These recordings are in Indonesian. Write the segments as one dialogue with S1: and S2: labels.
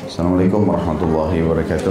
S1: Assalamualaikum warahmatullahi wabarakatuh.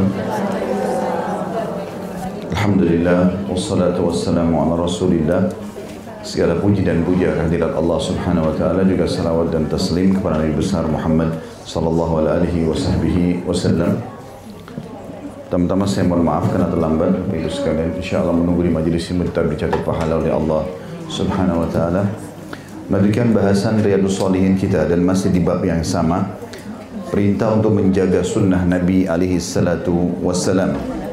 S1: Alhamdulillah, wassalatu wassalamu ala rasulillah. Segala puji dan puja kehadirat Allah subhanahu wa ta'ala, juga salawat dan taslim kepada Nabi besar Muhammad sallallahu alaihi wasallam. Pertama-tama saya mohon maaf karena terlambat. Bapak sekalian, insyaAllah menunggu di majelis ini tetap dicatat pahala oleh Allah subhanahu wa ta'ala. Melanjutkan bahasan Riyadhus Shalihin kita dan masih di bab yang sama, perintah untuk menjaga sunnah Nabi alaihi salatu wassalam.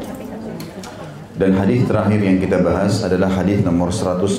S1: Dan hadis terakhir yang kita bahas adalah hadis nomor 162,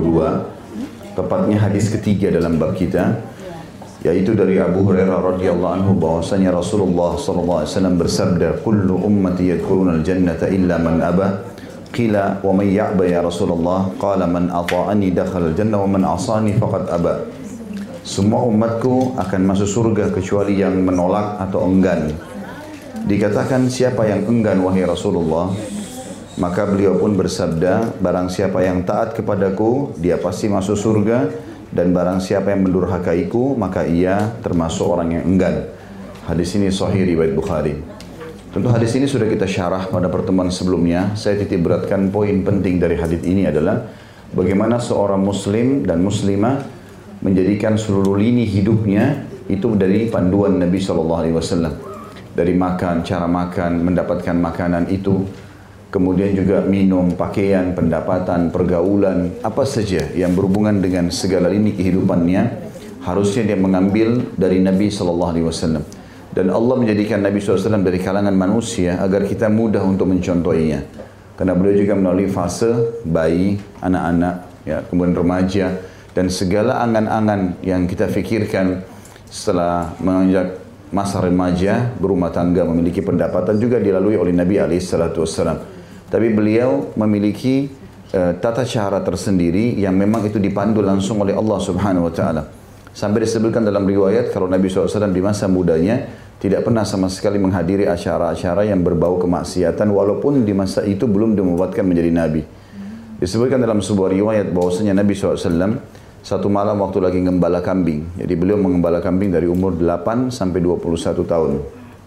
S1: tepatnya hadis ketiga dalam bab kita, yaitu dari Abu Hurairah radhiyallahu anhu bahwasanya Rasulullah sallallahu alaihi wasallam bersabda, "Kullu ummati yadkhuluna al-jannata illa man aba." Qila, "Wa man ya'ba ya Rasulullah?" Qala, "Man ata'ani dakhala al-jannah wa man 'asani faqad aba." Semua umatku akan masuk surga kecuali yang menolak atau enggan. Dikatakan, siapa yang enggan wahai Rasulullah? Maka beliau pun bersabda, barang siapa yang taat kepadaku, dia pasti masuk surga. Dan barang siapa yang mendurhakaiku, maka ia termasuk orang yang enggan. Hadis ini sahih riwayat Bukhari. Tentu hadis ini sudah kita syarah pada pertemuan sebelumnya. Saya titik beratkan poin penting dari hadis ini adalah bagaimana seorang muslim dan muslimah menjadikan seluruh lini hidupnya itu dari panduan Nabi SAW. Dari makan, cara makan, mendapatkan makanan itu, kemudian juga minum, pakaian, pendapatan, pergaulan, apa saja yang berhubungan dengan segala lini kehidupannya, harusnya dia mengambil dari Nabi SAW. Dan Allah menjadikan Nabi SAW dari kalangan manusia agar kita mudah untuk mencontohinya. Karena beliau juga melalui fase bayi, anak-anak, ya, kemudian remaja, dan segala angan-angan yang kita fikirkan setelah menginjak masa remaja, berumah tangga, memiliki pendapatan juga dilalui oleh Nabi SAW. Tapi beliau memiliki tata cara tersendiri yang memang itu dipandu langsung oleh Allah Subhanahu Wa Taala. Sampai disebutkan dalam riwayat kalau Nabi SAW di masa mudanya tidak pernah sama sekali menghadiri acara-acara yang berbau kemaksiatan, walaupun di masa itu belum dinubuatkan menjadi Nabi. Disebutkan dalam sebuah riwayat bahwasanya Nabi SAW satu malam waktu lagi ngembala kambing. Jadi beliau mengembala kambing dari umur 8 sampai 21 tahun.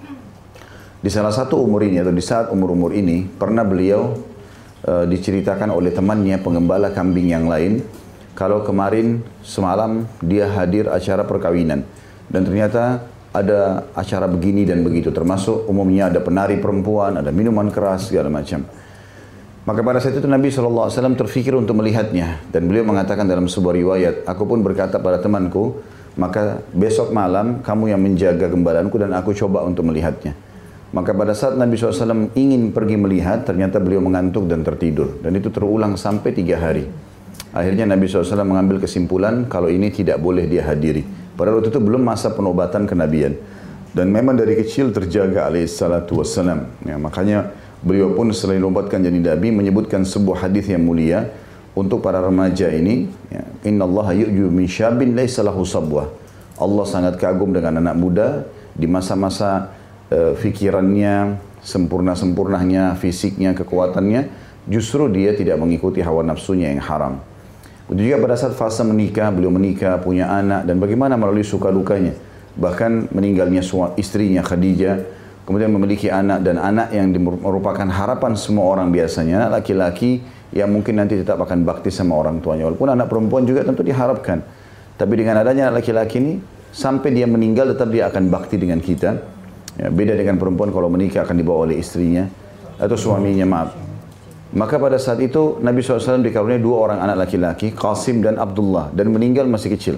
S1: Di salah satu umur ini atau di saat umur-umur ini pernah beliau diceritakan oleh temannya pengembala kambing yang lain kalau kemarin semalam dia hadir acara perkawinan dan ternyata ada acara begini dan begitu, termasuk umumnya ada penari perempuan, ada minuman keras segala macam. Maka pada saat itu Nabi SAW terfikir untuk melihatnya. Dan beliau mengatakan dalam sebuah riwayat, aku pun berkata pada temanku, maka besok malam kamu yang menjaga gembalanku dan aku coba untuk melihatnya. Maka pada saat Nabi SAW ingin pergi melihat, ternyata beliau mengantuk dan tertidur. Dan itu terulang sampai 3 hari. Akhirnya Nabi SAW mengambil kesimpulan kalau ini tidak boleh dia hadiri. Padahal waktu itu belum masa penobatan kenabian. Dan memang dari kecil terjaga alaihissalatu wassalam. Ya, makanya beliau pun setelah dinobatkan jadi Nabi menyebutkan sebuah hadis yang mulia untuk para remaja ini. Ya, Innallaha yu'jibu min syabin laisa lahu sabwah. Allah sangat kagum dengan anak muda di masa-masa fikirannya, sempurna-sempurnanya, fisiknya, kekuatannya, justru dia tidak mengikuti hawa nafsunya yang haram. Begitu juga pada saat fase menikah, beliau menikah, punya anak, dan bagaimana melalui suka dukanya. Bahkan meninggalnya istrinya Khadijah, kemudian memiliki anak, dan anak yang merupakan harapan semua orang biasanya, anak laki-laki yang mungkin nanti tetap akan bakti sama orang tuanya. Walaupun anak perempuan juga tentu diharapkan. Tapi dengan adanya anak laki-laki ini, sampai dia meninggal tetap dia akan bakti dengan kita. Ya, beda dengan perempuan kalau menikah akan dibawa oleh istrinya atau suaminya, maaf. Maka pada saat itu Nabi SAW dikaruniai 2 orang anak laki-laki, Qasim dan Abdullah, dan meninggal masih kecil.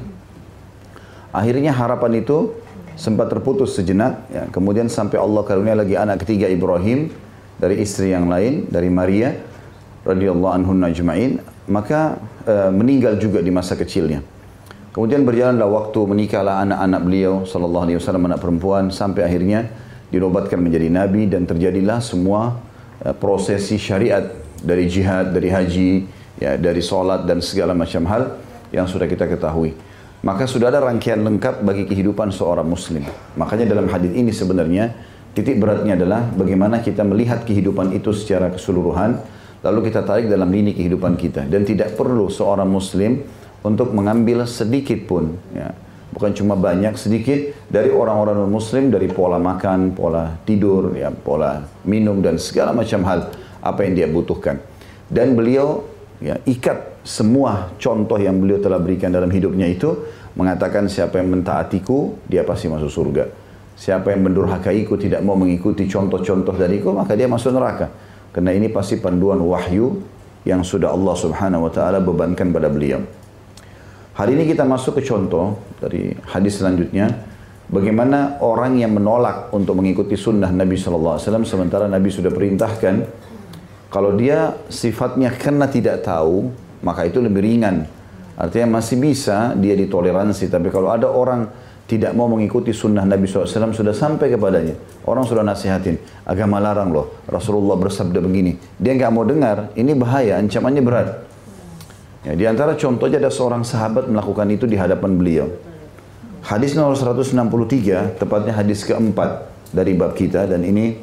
S1: Akhirnya harapan itu sempat terputus sejenak, ya. Kemudian sampai Allah karunia lagi anak ketiga Ibrahim dari istri yang lain, dari Maria radhiyallahu anhunna ajma'in, maka meninggal juga di masa kecilnya. Kemudian berjalanlah waktu, menikahlah anak-anak beliau sallallahu alaihi wasallam, anak perempuan, sampai akhirnya dinobatkan menjadi nabi dan terjadilah semua prosesi syariat dari jihad, dari haji, ya, dari salat dan segala macam hal yang sudah kita ketahui. Maka sudah ada rangkaian lengkap bagi kehidupan seorang muslim. Makanya dalam hadis ini sebenarnya titik beratnya adalah bagaimana kita melihat kehidupan itu secara keseluruhan, lalu kita tarik dalam lini kehidupan kita. Dan tidak perlu seorang muslim untuk mengambil sedikit pun, ya, bukan cuma banyak, sedikit dari orang-orang muslim, dari pola makan, pola tidur, ya, pola minum dan segala macam hal apa yang dia butuhkan. Dan beliau ya, ikat semua contoh yang beliau telah berikan dalam hidupnya itu, mengatakan siapa yang mentaatiku, dia pasti masuk surga. Siapa yang mendurhakaiku, tidak mau mengikuti contoh-contoh dariku, maka dia masuk neraka. Karena ini pasti panduan wahyu yang sudah Allah subhanahu wa ta'ala bebankan pada beliau. Hari ini kita masuk ke contoh dari hadis selanjutnya. Bagaimana orang yang menolak untuk mengikuti sunnah Nabi SAW, sementara Nabi sudah perintahkan, kalau dia sifatnya karena tidak tahu, maka itu lebih ringan. Artinya masih bisa dia ditoleransi. Tapi kalau ada orang tidak mau mengikuti sunnah Nabi SAW, sudah sampai kepadanya, orang sudah nasihatin, agama larang loh, Rasulullah bersabda begini, dia nggak mau dengar, ini bahaya, ancamannya berat. Ya, di antara contohnya ada seorang sahabat melakukan itu di hadapan beliau. Hadis nomor 163, tepatnya hadis keempat dari bab kita, dan ini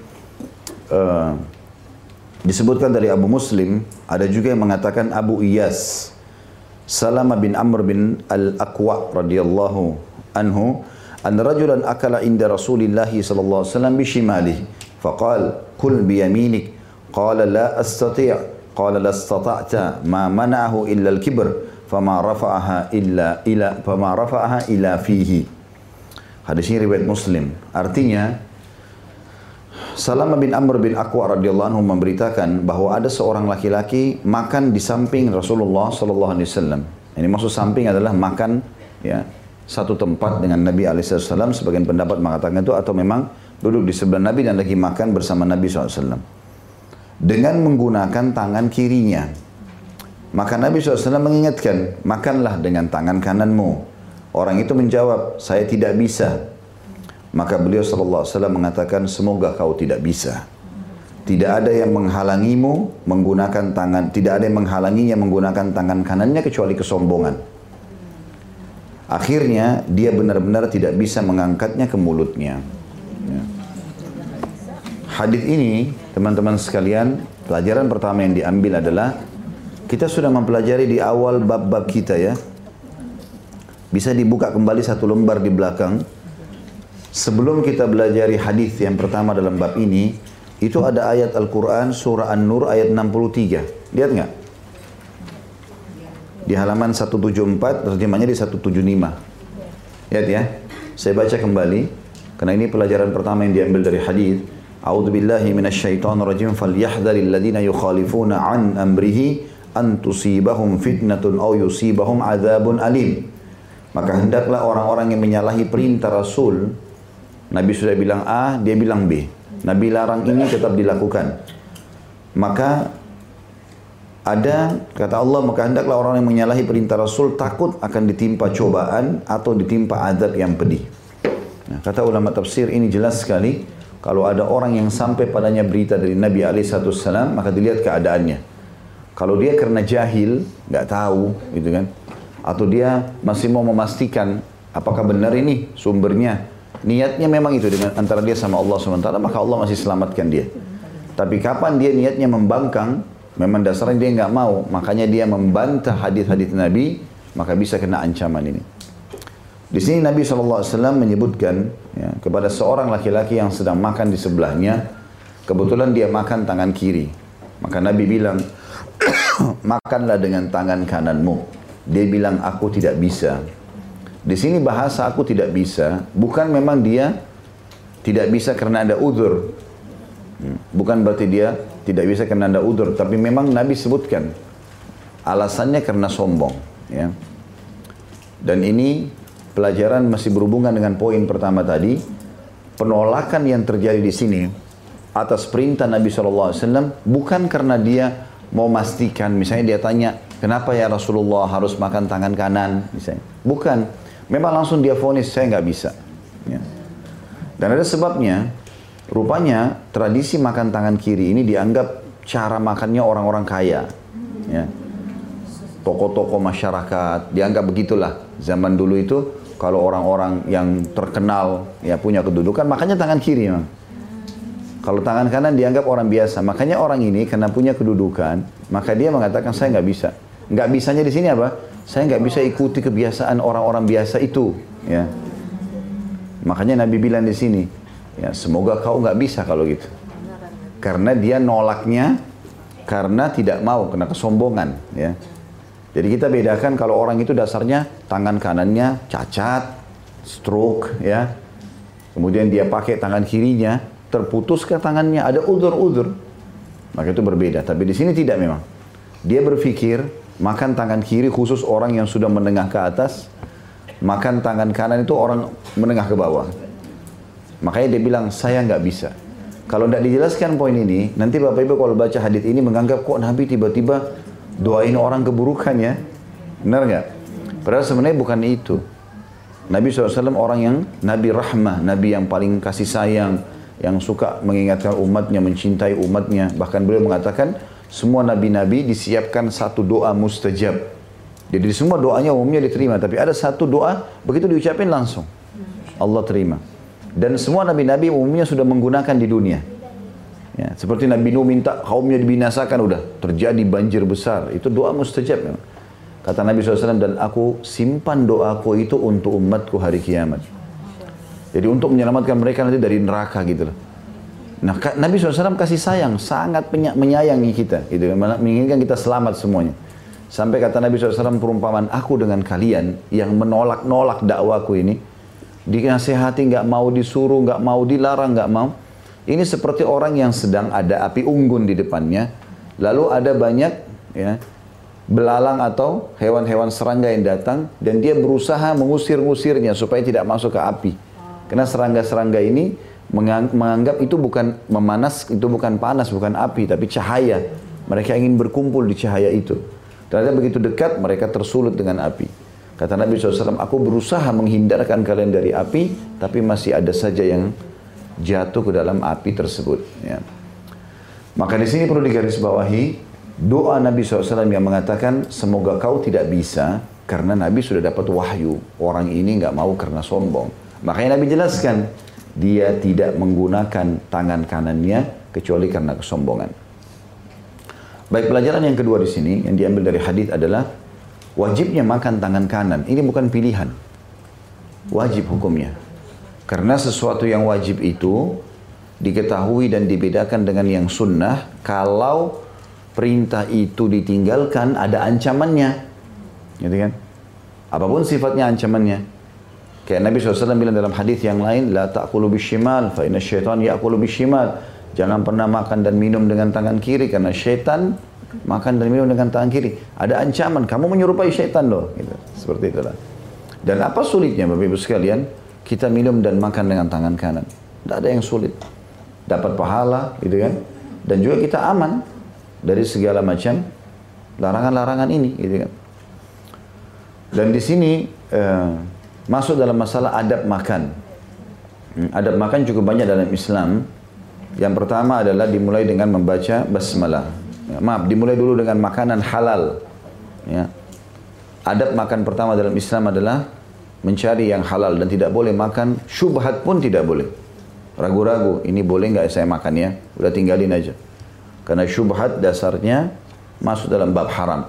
S1: disebutkan dari Abu Muslim, ada juga yang mengatakan Abu Iyas, Salama bin Amr bin Al-Aqwa radhiyallahu anhu, anna rajulan akala inda Rasulillah sallallahu alaihi wasallam bishimalihi, faqala kul biyaminik, qala la astati', qala la istata'ta, ma mana'ahu illa al-kibr, fama rafa'aha ila fihi. Hadis ini riwayat Muslim. Artinya Salamah bin Amr bin Aqwa radhiyallahu anhu memberitakan bahwa ada seorang laki-laki makan di samping Rasulullah sallallahu alaihi wasallam. Ini maksud samping adalah makan ya satu tempat dengan Nabi SAW, sebagian pendapat mengatakan itu, atau memang duduk di sebelah Nabi dan lagi makan bersama Nabi SAW. Dengan menggunakan tangan kirinya. Maka Nabi SAW mengingatkan, makanlah dengan tangan kananmu. Orang itu menjawab, saya tidak bisa. Maka beliau SAW mengatakan, semoga kau tidak bisa. Tidak ada yang menghalangimu menggunakan tangan, tidak ada yang menghalanginya menggunakan tangan kanannya kecuali kesombongan. Akhirnya dia benar-benar tidak bisa mengangkatnya ke mulutnya. Ya. Hadis ini, teman-teman sekalian, pelajaran pertama yang diambil adalah kita sudah mempelajari di awal bab-bab kita ya. Bisa dibuka kembali satu lembar di belakang. Sebelum kita belajari hadis yang pertama dalam bab ini, itu ada ayat Al-Quran surah An-Nur ayat 63. Lihat nggak? Di halaman 174, terjemahnya di 175. Lihat ya, saya baca kembali, karena ini pelajaran pertama yang diambil dari hadis. A'udzubillahi minasyaitonirrajim, falyahdharil ladzina yukhalifuna an amrihi an tusibahum fitnatun aw yusibahum adzabun alim. Maka hendaklah orang-orang yang menyalahi perintah Rasul. Nabi sudah bilang A, dia bilang B. Nabi larang ini tetap dilakukan. Maka ada, kata Allah, maka hendaklah orang yang menyalahi perintah Rasul takut akan ditimpa cobaan atau ditimpa azab yang pedih. Nah, kata ulama tafsir, ini jelas sekali. Kalau ada orang yang sampai padanya berita dari Nabi SAW, maka dilihat keadaannya. Kalau dia karena jahil, nggak tahu, gitu kan, atau dia masih mau memastikan apakah benar ini sumbernya, niatnya memang itu dengan antara dia sama Allah SWT, maka Allah masih selamatkan dia. Tapi kapan dia niatnya membangkang, memang dasarnya dia nggak mau, makanya dia membantah hadis-hadis Nabi, maka bisa kena ancaman ini. Di sini Nabi SAW menyebutkan ya, kepada seorang laki-laki yang sedang makan di sebelahnya, kebetulan dia makan tangan kiri. Maka Nabi bilang, makanlah dengan tangan kananmu. Dia bilang, aku tidak bisa. Di sini bahasa aku tidak bisa, bukan memang dia tidak bisa karena ada udzur. Bukan berarti dia tidak bisa karena ada udzur, tapi memang Nabi sebutkan alasannya karena sombong. Ya. Dan ini pelajaran masih berhubungan dengan poin pertama tadi. Penolakan yang terjadi di sini atas perintah Nabi SAW bukan karena dia mau memastikan, misalnya dia tanya, kenapa ya Rasulullah harus makan tangan kanan, misalnya. Bukan, memang langsung dia vonis, saya nggak bisa. Ya. Dan ada sebabnya. Rupanya tradisi makan tangan kiri ini dianggap cara makannya orang-orang kaya. Ya. Tokoh-tokoh masyarakat, dianggap begitulah. Zaman dulu itu kalau orang-orang yang terkenal ya punya kedudukan, makanya tangan kiri memang. Kalau tangan kanan dianggap orang biasa. Makanya orang ini karena punya kedudukan, maka dia mengatakan saya nggak bisa. Nggak bisanya di sini apa? Saya nggak bisa ikuti kebiasaan orang-orang biasa itu. Ya. Makanya Nabi bilang di sini, ya, semoga kau nggak bisa kalau gitu. Karena dia nolaknya karena tidak mau, kena kesombongan. Ya. Jadi kita bedakan kalau orang itu dasarnya tangan kanannya cacat, stroke, ya. Kemudian dia pakai tangan kirinya, terputus ke tangannya, ada udzur-udzur. Maka itu berbeda. Tapi di sini tidak memang. Dia berpikir makan tangan kiri khusus orang yang sudah menengah ke atas, makan tangan kanan itu orang menengah ke bawah. Makanya dia bilang saya nggak bisa. Kalau tidak dijelaskan poin ini, nanti Bapak Ibu kalau baca hadis ini menganggap kok Nabi tiba-tiba doain orang keburukan ya. Benar nggak? Padahal sebenarnya bukan itu. Nabi SAW orang yang Nabi Rahmah, Nabi yang paling kasih sayang, yang suka mengingatkan umatnya, mencintai umatnya. Bahkan beliau mengatakan, semua nabi-nabi disiapkan satu doa mustajab. Jadi semua doanya umumnya diterima, tapi ada satu doa, begitu diucapin langsung Allah terima. Dan semua nabi-nabi umumnya sudah menggunakan di dunia. Ya, seperti Nabi Nuh minta kaumnya dibinasakan, udah terjadi banjir besar. Itu doa mustajab memang. Kata Nabi SAW, dan aku simpan doaku itu untuk umatku hari kiamat. Jadi untuk menyelamatkan mereka nanti dari neraka gitu loh. Nah, Nabi SAW kasih sayang, sangat menyayangi kita, gitu, menginginkan kita selamat semuanya. Sampai kata Nabi SAW, perumpamaan aku dengan kalian yang menolak-nolak dakwaku ini, dinasihati nggak mau, disuruh nggak mau, dilarang nggak mau. Ini seperti orang yang sedang ada api unggun di depannya, lalu ada banyak ya belalang atau hewan-hewan serangga yang datang dan dia berusaha mengusir-ngusirnya supaya tidak masuk ke api. Karena serangga-serangga ini menganggap itu bukan memanas, itu bukan panas, bukan api, tapi cahaya. Mereka ingin berkumpul di cahaya itu. Ternyata begitu dekat mereka tersulut dengan api. Kata Nabi SAW, aku berusaha menghindarkan kalian dari api, tapi masih ada saja yang jatuh ke dalam api tersebut. Ya. Maka di sini perlu digarisbawahi doa Nabi SAW yang mengatakan semoga kau tidak bisa, karena Nabi sudah dapat wahyu. Orang ini nggak mau karena sombong. Makanya Nabi jelaskan dia tidak menggunakan tangan kanannya kecuali karena kesombongan. Baik, pelajaran yang kedua di sini yang diambil dari hadis adalah wajibnya makan tangan kanan. Ini bukan pilihan, wajib hukumnya. Karena sesuatu yang wajib itu diketahui dan dibedakan dengan yang sunnah. Kalau perintah itu ditinggalkan ada ancamannya, gitu kan? Apapun sifatnya ancamannya. Kayak Nabi SAW bilang dalam hadis yang lain, la ta'kulu bishimal, fa inna syaitan ya'kulu bishimal. Jangan pernah makan dan minum dengan tangan kiri, karena syaitan makan dan minum dengan tangan kiri. Ada ancaman, kamu menyerupai syaitan loh. Gitu. Seperti itulah. Dan apa sulitnya Bapak Ibu sekalian, kita minum dan makan dengan tangan kanan? Tidak ada yang sulit. Dapat pahala, gitu kan? Dan juga kita aman dari segala macam larangan-larangan ini, gitu kan? Dan di sini masuk dalam masalah adab makan. Adab makan cukup banyak dalam Islam. Yang pertama adalah dimulai dengan membaca basmalah. Dimulai dulu dengan makanan halal. Ya. Adab makan pertama dalam Islam adalah mencari yang halal dan tidak boleh makan syubhat pun tidak boleh. Ragu-ragu, ini boleh nggak saya makan ya? Udah tinggalin aja. Karena syubhat dasarnya masuk dalam bab haram.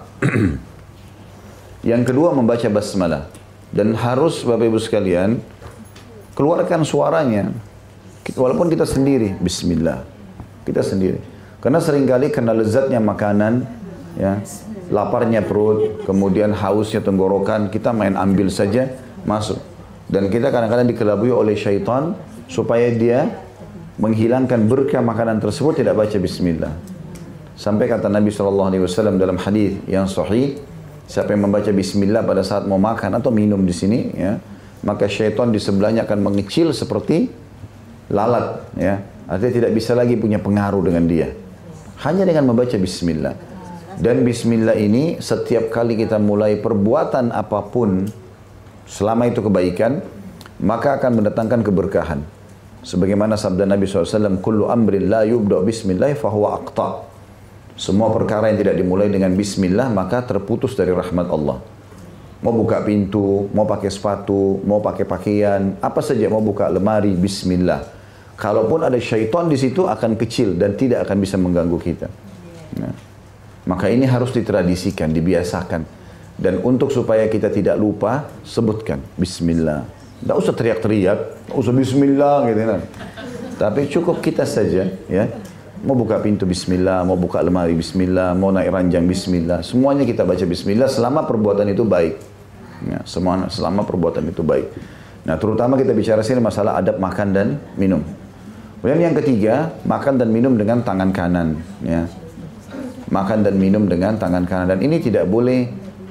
S1: Yang kedua membaca basmalah. Dan harus Bapak Ibu sekalian keluarkan suaranya. Walaupun kita sendiri, bismillah. Kita sendiri. Karena seringkali karena lezatnya makanan, ya, laparnya perut, kemudian hausnya tenggorokan, kita main ambil saja, masuk. Dan kita kadang-kadang dikelabui oleh syaitan supaya dia menghilangkan berkah makanan tersebut, tidak baca bismillah. Sampai kata Nabi SAW dalam hadis yang sahih, siapa yang membaca bismillah pada saat mau makan atau minum di sini, ya, maka syaitan di sebelahnya akan mengecil seperti lalat, ya. Artinya tidak bisa lagi punya pengaruh dengan dia. Hanya dengan membaca bismillah. Dan bismillah ini setiap kali kita mulai perbuatan apapun, selama itu kebaikan, maka akan mendatangkan keberkahan. Sebagaimana sabda Nabi SAW, kullu amrin la yubda' bismillah fahuwa aqta'. Semua perkara yang tidak dimulai dengan bismillah maka terputus dari rahmat Allah. Mau buka pintu, mau pakai sepatu, mau pakai pakaian, apa saja, mau buka lemari, bismillah. Kalaupun ada syaitan di situ akan kecil dan tidak akan bisa mengganggu kita. Nah, maka ini harus ditradisikan, dibiasakan. Dan untuk supaya kita tidak lupa, sebutkan Bismillah. Tidak usah teriak-teriak, tidak usah Bismillah gitu kan. Tapi cukup kita saja, ya. Mau buka pintu Bismillah, mau buka lemari Bismillah, mau naik ranjang Bismillah. Semuanya kita baca Bismillah selama perbuatan itu baik. Ya, selama perbuatan itu baik. Nah, terutama kita bicara sini masalah adab makan dan minum. Kemudian yang ketiga, makan dan minum dengan tangan kanan. Ya. Makan dan minum dengan tangan kanan. Dan ini tidak boleh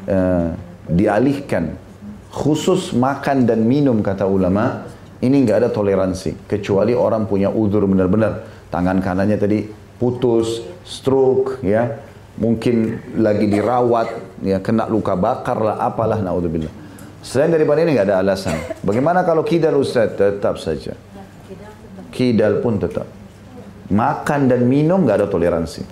S1: dialihkan. Khusus makan dan minum, kata ulama, ini nggak ada toleransi. Kecuali orang punya udzur benar-benar. Tangan kanannya tadi putus, stroke, ya. Mungkin lagi dirawat, ya, kena luka bakar lah, apalah, naudzubillah. Selain daripada ini nggak ada alasan. Bagaimana kalau kidal, Ustaz? Tetap saja. Kidal pun tetap. Makan dan minum nggak ada toleransi.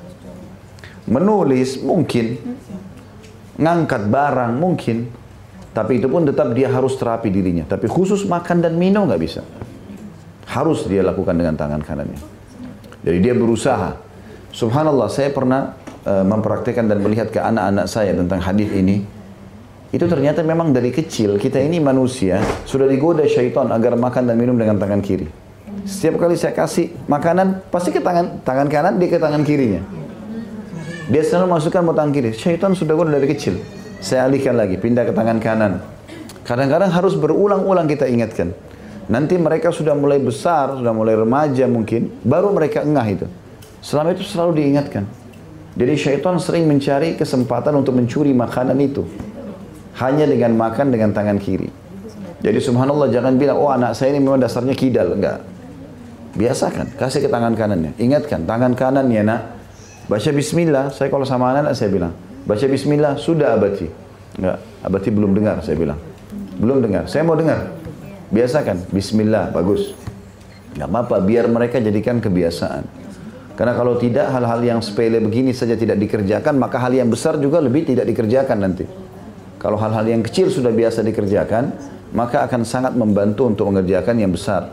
S1: Menulis mungkin, ngangkat barang mungkin, tapi itu pun tetap dia harus terapi dirinya. Tapi khusus makan dan minum nggak bisa. Harus dia lakukan dengan tangan kanannya. Jadi dia berusaha. Subhanallah, saya pernah mempraktikkan dan melihat ke anak-anak saya tentang hadis ini. Itu ternyata memang dari kecil kita ini manusia sudah digoda syaitan agar makan dan minum dengan tangan kiri. Setiap kali saya kasih makanan pasti ke tangan kanan, dia ke tangan kirinya. Dia selalu masukkan mau tangan kiri. Syaitan sudah goda dari kecil. Saya alihkan lagi, pindah ke tangan kanan. Kadang-kadang harus berulang-ulang kita ingatkan. Nanti mereka sudah mulai besar, sudah mulai remaja mungkin, baru mereka engah itu. Selama itu selalu diingatkan. Jadi syaitan sering mencari kesempatan untuk mencuri makanan itu. Hanya dengan makan dengan tangan kiri. Jadi subhanallah, jangan bilang, oh anak saya ini memang dasarnya kidal. Enggak. Biasakan, kasih ke tangan kanannya. Ingatkan, tangan kanan ya nak. Baca bismillah. Saya kalau sama anak saya bilang, baca bismillah, sudah abati. Enggak, abati belum dengar, saya bilang. Belum dengar, saya mau dengar. Biasakan, bismillah, bagus. Nggak apa-apa, biar mereka jadikan kebiasaan. Karena kalau tidak, hal-hal yang sepele begini saja tidak dikerjakan, maka hal yang besar juga lebih tidak dikerjakan nanti. Kalau hal-hal yang kecil sudah biasa dikerjakan, maka akan sangat membantu untuk mengerjakan yang besar.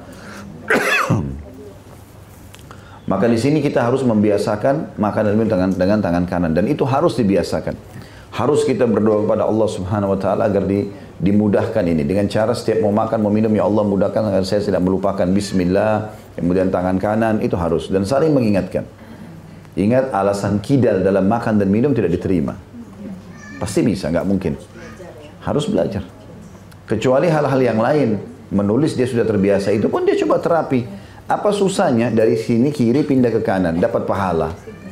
S1: Maka di sini kita harus membiasakan makan dan minum dengan tangan kanan. Dan itu harus dibiasakan. Harus kita berdoa kepada Allah Subhanahu Wa Taala agar dimudahkan ini. Dengan cara setiap mau makan, mau minum, ya Allah mudahkan agar saya tidak melupakan Bismillah. Kemudian tangan kanan, itu harus. Dan saling mengingatkan. Ingat, alasan kidal dalam makan dan minum tidak diterima. Pasti bisa, nggak mungkin. Harus belajar. Kecuali hal-hal yang lain. Menulis dia sudah terbiasa, itu pun dia coba terapi. Apa susahnya dari sini kiri pindah ke kanan, dapat pahala.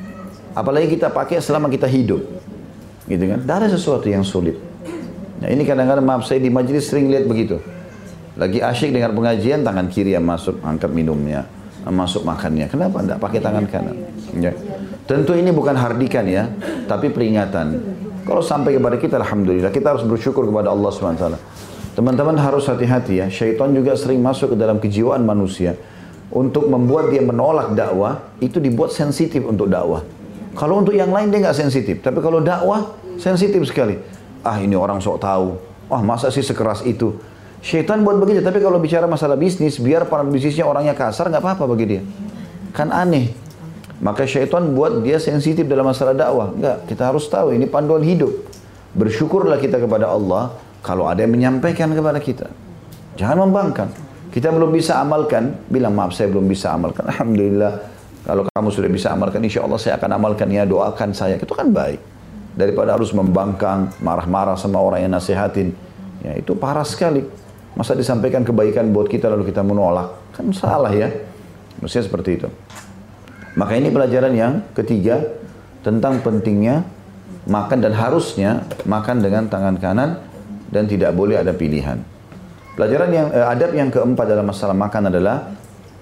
S1: Apalagi kita pakai selama kita hidup. Gitu kan? Tidak ada sesuatu yang sulit. Nah ini kadang-kadang, maaf, saya di majelis sering lihat begitu. Lagi asyik dengar pengajian, tangan kiri yang masuk, angkat minumnya, masuk makannya. Kenapa tidak pakai tangan kanan? Ya. Tentu ini bukan hardikan ya, tapi peringatan. Kalau sampai kepada kita, alhamdulillah, kita harus bersyukur kepada Allah SWT. Teman-teman harus hati-hati ya. Syaitan juga sering masuk ke dalam kejiwaan manusia untuk membuat dia menolak dakwah. Itu dibuat sensitif untuk dakwah. Kalau untuk yang lain dia nggak sensitif, tapi kalau dakwah sensitif sekali. Ah ini orang sok tahu. Wah masa sih sekeras itu. Syaitan buat begitu. Tapi kalau bicara masalah bisnis, biar para bisnisnya orangnya kasar, nggak apa-apa bagi dia. Kan aneh. Maka syaitan buat dia sensitif dalam masalah dakwah. Enggak, kita harus tahu ini panduan hidup. Bersyukurlah kita kepada Allah kalau ada yang menyampaikan kepada kita. Jangan membangkang. Kita belum bisa amalkan, bilang maaf saya belum bisa amalkan. Alhamdulillah, kalau kamu sudah bisa amalkan, insya Allah saya akan amalkan ya, doakan saya. Itu kan baik. Daripada harus membangkang, marah-marah sama orang yang nasihatin. Ya itu parah sekali. Masa disampaikan kebaikan buat kita lalu kita menolak. Kan salah ya. Mestinya seperti itu. Maka ini pelajaran yang ketiga tentang pentingnya makan dan harusnya makan dengan tangan kanan dan tidak boleh ada pilihan. Pelajaran yang adab yang keempat dalam masalah makan adalah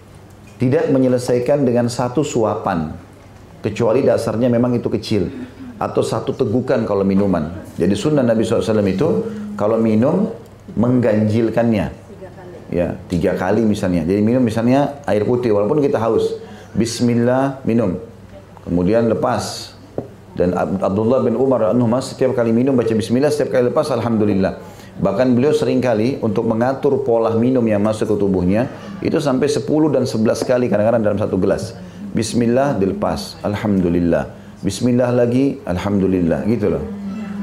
S1: tidak menyelesaikan dengan satu suapan kecuali dasarnya memang itu kecil atau satu tegukan kalau minuman. Jadi sunnah Nabi SAW itu kalau minum mengganjilkannya. Ya, 3 kali misalnya. Jadi minum misalnya air putih walaupun kita haus. Bismillah, minum. Kemudian lepas. Dan Abdullah bin Umar setiap kali minum baca bismillah, setiap kali lepas alhamdulillah. Bahkan beliau seringkali untuk mengatur pola minum yang masuk ke tubuhnya itu sampai 10 dan 11 kali kadang-kadang dalam satu gelas. Bismillah dilepas, alhamdulillah. Bismillah lagi, alhamdulillah, gitu loh.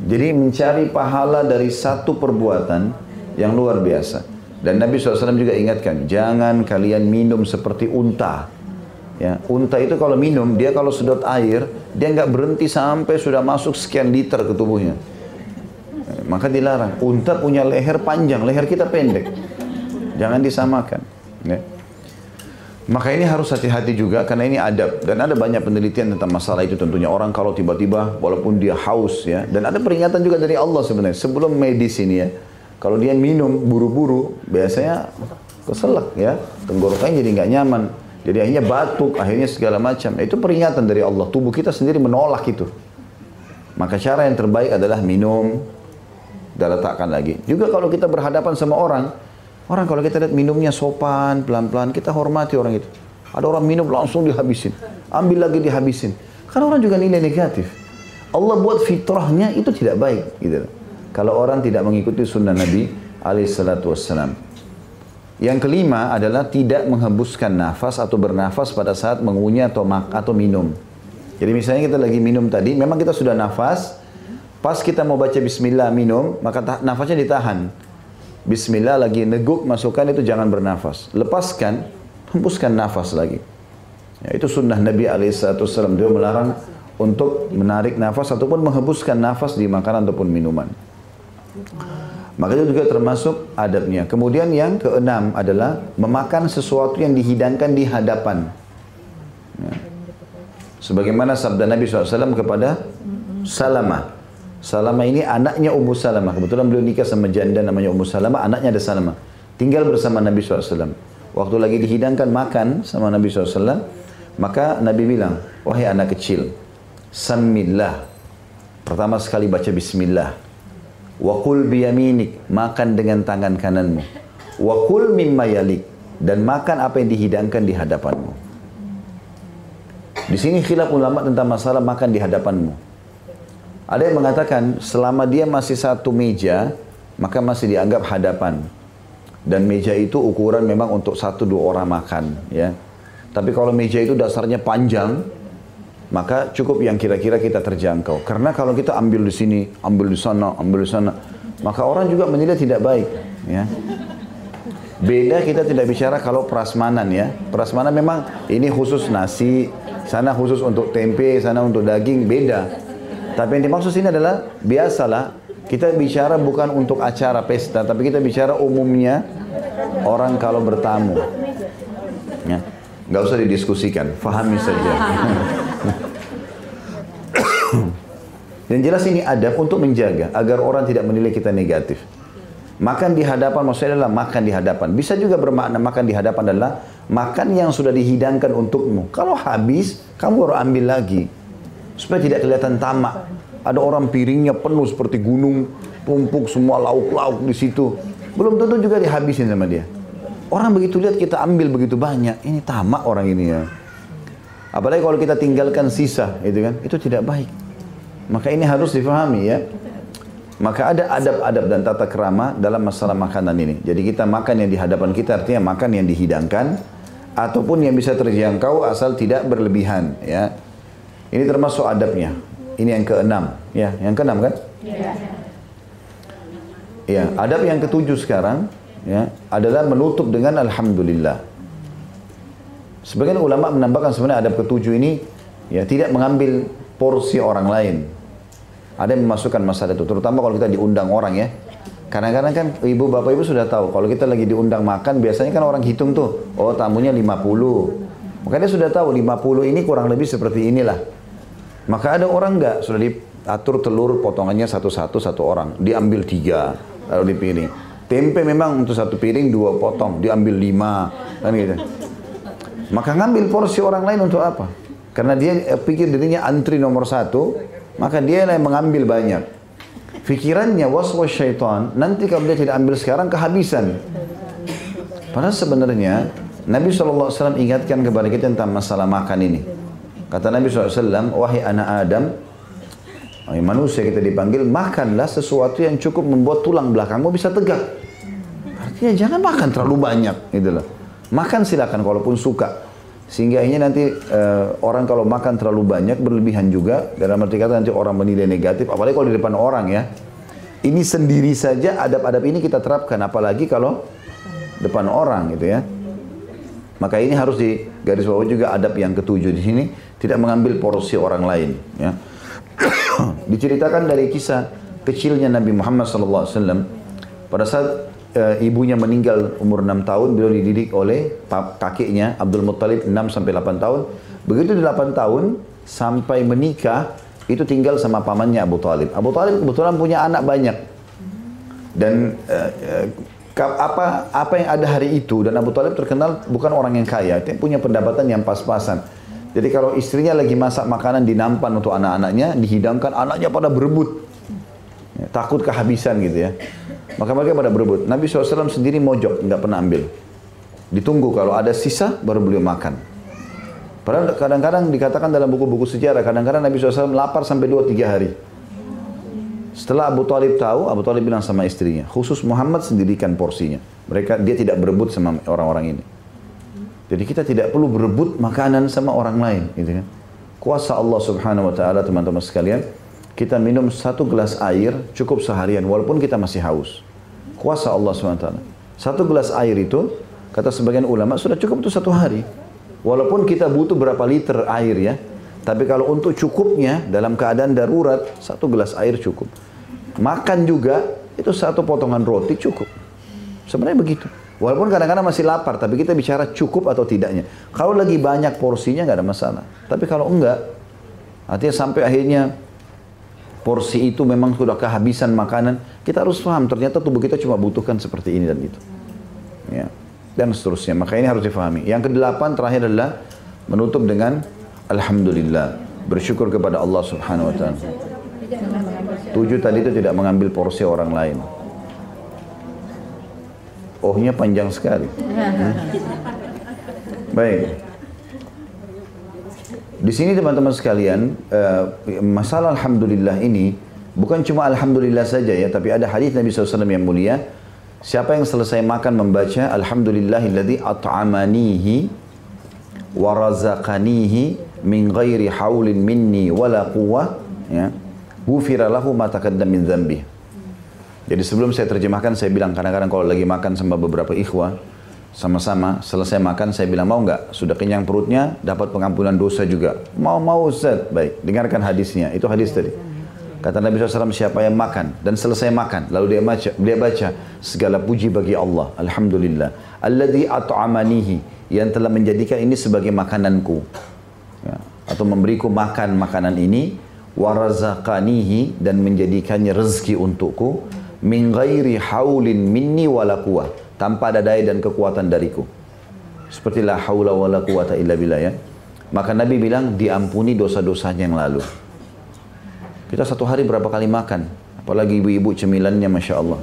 S1: Jadi mencari pahala dari satu perbuatan yang luar biasa. Dan Nabi SAW juga ingatkan, jangan kalian minum seperti unta. Ya, unta itu kalau minum, dia kalau sedot air, dia nggak berhenti sampai sudah masuk sekian liter ke tubuhnya. Maka dilarang. Unta punya leher panjang, leher kita pendek. Jangan disamakan. Ya. Maka ini harus hati-hati juga karena ini adab. Dan ada banyak penelitian tentang masalah itu tentunya. Orang kalau tiba-tiba walaupun dia haus ya. Dan ada peringatan juga dari Allah sebenarnya. Sebelum medis ini ya. Kalau dia minum buru-buru biasanya keselak ya. Tenggorokannya jadi nggak nyaman. Jadi akhirnya batuk, akhirnya segala macam. Itu peringatan dari Allah. Tubuh kita sendiri menolak itu. Maka cara yang terbaik adalah minum dan letakkan lagi. Juga kalau kita berhadapan sama orang kalau kita lihat minumnya sopan, pelan-pelan, kita hormati orang itu. Ada orang minum langsung dihabisin. Ambil lagi dihabisin. Karena orang juga nilai negatif. Allah buat fitrahnya itu tidak baik. Gitu. Kalau orang tidak mengikuti sunnah Nabi SAW. Yang kelima adalah tidak menghembuskan nafas atau bernafas pada saat mengunyah atau minum. Jadi misalnya kita lagi minum tadi, memang kita sudah nafas. Pas kita mau baca bismillah minum, maka nafasnya ditahan. Bismillah lagi neguk masukkan itu jangan bernafas. Lepaskan, hembuskan nafas lagi. Ya, itu sunnah Nabi SAW. Dia melarang untuk menarik nafas ataupun menghembuskan nafas di makanan ataupun minuman. Maka itu juga termasuk adabnya. Kemudian yang keenam adalah memakan sesuatu yang dihidangkan di hadapan. Ya. Sebagaimana sabda Nabi SAW kepada Salamah. Salamah ini anaknya Ummu Salamah. Kebetulan beliau nikah sama janda namanya Ummu Salamah, anaknya ada Salamah. Tinggal bersama Nabi SAW. Waktu lagi dihidangkan makan sama Nabi SAW, maka Nabi bilang, wahai anak kecil, Sammillah. Pertama sekali baca bismillah. Wa qul biyaminik, makan dengan tangan kananmu. Wa qul mimma yalik, dan makan apa yang dihidangkan di hadapanmu. Di sini khilaf ulama tentang masalah makan di hadapanmu. Ada yang mengatakan selama dia masih satu meja, maka masih dianggap hadapan. Dan meja itu ukuran memang untuk 1-2 orang makan. Ya. Tapi kalau meja itu dasarnya panjang, maka cukup yang kira-kira kita terjangkau. Karena kalau kita ambil di sini, ambil di sana, maka orang juga menilai tidak baik. Ya. Beda kita tidak bicara kalau prasmanan ya. Prasmanan memang ini khusus nasi, sana khusus untuk tempe, sana untuk daging, beda. Tapi yang dimaksud sini adalah, biasalah, kita bicara bukan untuk acara pesta, tapi kita bicara umumnya orang kalau bertamu. Ya. Nggak usah didiskusikan, fahami saja. Dan jelas ini adab untuk menjaga, agar orang tidak menilai kita negatif. Makan di hadapan, maksudnya adalah makan di hadapan. Bisa juga bermakna makan di hadapan adalah makan yang sudah dihidangkan untukmu. Kalau habis, kamu baru ambil lagi. Supaya tidak kelihatan tamak. Ada orang piringnya penuh seperti gunung, tumpuk semua lauk-lauk di situ. Belum tentu juga dihabisin sama dia. Orang begitu lihat kita ambil begitu banyak, ini tamak orang ini ya. Apalagi kalau kita tinggalkan sisa, itu kan, itu tidak baik. Maka ini harus difahami ya. Maka ada adab-adab dan tata krama dalam masalah makanan ini. Jadi kita makan yang di hadapan kita artinya makan yang dihidangkan ataupun yang bisa terjangkau asal tidak berlebihan ya. Ini termasuk adabnya. Ini yang keenam. Ya, yang keenam kan? Iya. Ya, adab yang ketujuh sekarang ya, adalah menutup dengan alhamdulillah. Sebagian ulama menambahkan sebenarnya adab ketujuh ini ya tidak mengambil porsi orang lain. Ada yang memasukkan masalah itu, terutama kalau kita diundang orang ya. Kadang-kadang kan ibu bapak ibu sudah tahu kalau kita lagi diundang makan biasanya kan orang hitung tuh, oh tamunya 50. Maka dia sudah tahu 50 ini kurang lebih seperti inilah. Maka ada orang enggak, sudah diatur telur potongannya satu-satu satu orang. Diambil 3, lalu dipiring. Tempe memang untuk satu piring 2 potong, diambil 5. Kan gitu. Maka ngambil porsi orang lain untuk apa? Karena dia pikir dirinya antri nomor 1, maka dia yang mengambil banyak. Fikirannya waswas syaitan, nanti kalau dia tidak ambil sekarang kehabisan. Padahal sebenarnya Nabi SAW ingatkan kepada kita tentang masalah makan ini. Kata Nabi SAW, wahai anak Adam, wahai manusia kita dipanggil, makanlah sesuatu yang cukup membuat tulang belakangmu bisa tegak. Artinya jangan makan terlalu banyak. Gitu loh. Makan silakan walaupun suka. Sehingga ini nanti orang kalau makan terlalu banyak berlebihan juga, dalam arti kata nanti orang menilai negatif, apalagi kalau di depan orang ya. Ini sendiri saja adab-adab ini kita terapkan, apalagi kalau depan orang gitu ya. Maka ini harus di garis bawah juga adab yang ketujuh di sini, tidak mengambil porsi orang lain ya. Diceritakan dari kisah kecilnya Nabi Muhammad SAW pada saat ibunya meninggal umur 6 tahun, beliau dididik oleh kakeknya Abdul Muttalib 6 sampai 8 tahun. Begitu 8 tahun sampai menikah itu tinggal sama pamannya Abu Talib. Abu Talib kebetulan punya anak banyak. Dan apa yang ada hari itu, dan Abu Talib terkenal bukan orang yang kaya, dia punya pendapatan yang pas-pasan. Jadi kalau istrinya lagi masak makanan di nampan untuk anak-anaknya, dihidangkan, anaknya pada berebut. Ya, takut kehabisan gitu ya. Maka mereka pada berebut. Nabi SAW sendiri mojok, nggak pernah ambil. Ditunggu kalau ada sisa, baru beliau makan. Padahal kadang-kadang dikatakan dalam buku-buku sejarah, kadang-kadang Nabi SAW lapar sampai 2-3 hari. Setelah Abu Talib tahu, Abu Talib bilang sama istrinya, khusus Muhammad sendirikan porsinya. Dia tidak berebut sama orang-orang ini. Jadi kita tidak perlu berebut makanan sama orang lain. Gitu kan. Kuasa Allah Subhanahu Wa Taala, teman-teman sekalian, kita minum 1 gelas air cukup seharian, walaupun kita masih haus. Kuasa Allah SWT. 1 gelas air itu, kata sebagian ulama, sudah cukup untuk 1 hari. Walaupun kita butuh berapa liter air ya. Tapi kalau untuk cukupnya, dalam keadaan darurat, 1 gelas air cukup. Makan juga, itu 1 potongan roti cukup. Sebenarnya begitu. Walaupun kadang-kadang masih lapar, tapi kita bicara cukup atau tidaknya. Kalau lagi banyak porsinya, nggak ada masalah. Tapi kalau enggak, artinya sampai akhirnya porsi itu memang sudah kehabisan makanan, kita harus paham ternyata tubuh kita cuma butuhkan seperti ini dan itu. Ya. Dan seterusnya. Maka ini harus difahami. Yang ke-8 terakhir adalah menutup dengan alhamdulillah, bersyukur kepada Allah Subhanahu Wa Taala. 7 tadi itu tidak mengambil porsi orang lain. Ohnya panjang sekali. Baik. Di sini teman-teman sekalian, masalah alhamdulillah ini bukan cuma alhamdulillah saja ya, tapi ada hadis Nabi SAW yang mulia. Siapa yang selesai makan membaca alhamdulillahilladzi at'amanihi wa razaqanihi min ghairi haulin minni wala quwwah, ya, ghufira lahu ma taqaddama min dzambi. Jadi sebelum saya terjemahkan, saya bilang kadang-kadang kalau lagi makan sama beberapa ikhwah, sama-sama selesai makan, saya bilang mau nggak? Sudah kenyang perutnya, dapat pengampunan dosa juga. Mau Ustaz? Baik, dengarkan hadisnya. Itu hadis tadi. Kata Nabi SAW, siapa yang makan dan selesai makan, lalu dia baca segala puji bagi Allah, alhamdulillah, alladzi at'amanihi, yang telah menjadikan ini sebagai makananku, ya, atau memberiku makan makanan ini, warazaqanihi, dan menjadikannya rezeki untukku, min ghairi haulin minni wala quwwah, tanpa ada daya dan kekuatan dariku. Seperti la haula wala quwwata illa billah ya. Maka Nabi bilang diampuni dosa-dosanya yang lalu. Kita 1 hari berapa kali makan? Apalagi ibu-ibu cemilannya Masya Allah.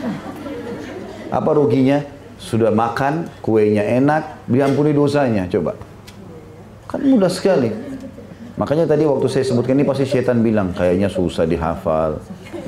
S1: Apa ruginya? Sudah makan, kuenya enak, diampuni dosanya. Coba. Kan mudah sekali. Makanya tadi waktu saya sebutkan ini pasti syaitan bilang, kayaknya susah dihafal.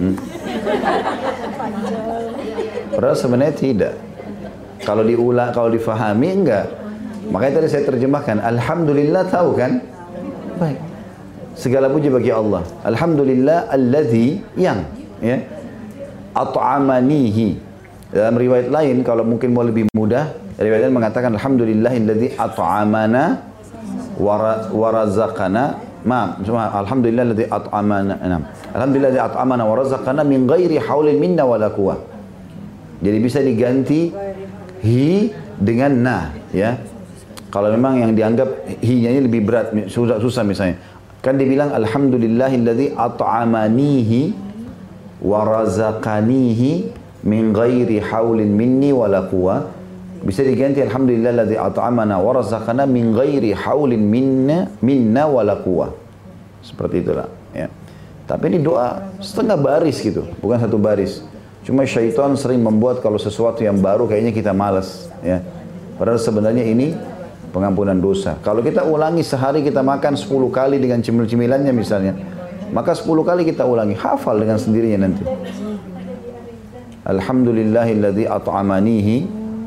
S1: Padahal sebenarnya tidak. Kalau diulang, kalau difahami enggak. Makanya tadi saya terjemahkan, alhamdulillah, tahu kan? Baik. Segala puji bagi Allah. Alhamdulillah alladzi, yang ya, at'amanihi. Dalam riwayat lain kalau mungkin mau lebih mudah, riwayat lain mengatakan alhamdulillahilladzi at'amana wa razaqana. Alhamdulillahilladzi at'amana. Alhamdulillahilladzi at'amana wa razaqana min ghairi haulin minna wala quwwah. Jadi bisa diganti hi dengan na, ya. Kalau memang yang dianggap hi-nya ini lebih berat, susah misalnya. Kan dibilang alhamdulillahilladzi at'amanihi wa razaqanihi min ghairi haulin minni wala quwwah. Bisa diganti alhamdulillahilladzi at'amana wa razaqana min ghairi haulin minna wala quwwah. Seperti itulah, ya. Tapi ini doa setengah baris gitu, bukan 1 baris. Cuma syaitan sering membuat kalau sesuatu yang baru kayaknya kita malas, ya. Padahal sebenarnya ini pengampunan dosa. Kalau kita ulangi sehari, kita makan 10 kali dengan cemil-cemilannya misalnya, maka 10 kali kita ulangi, hafal dengan sendirinya nanti. Alhamdulillahilladzi at'amanihi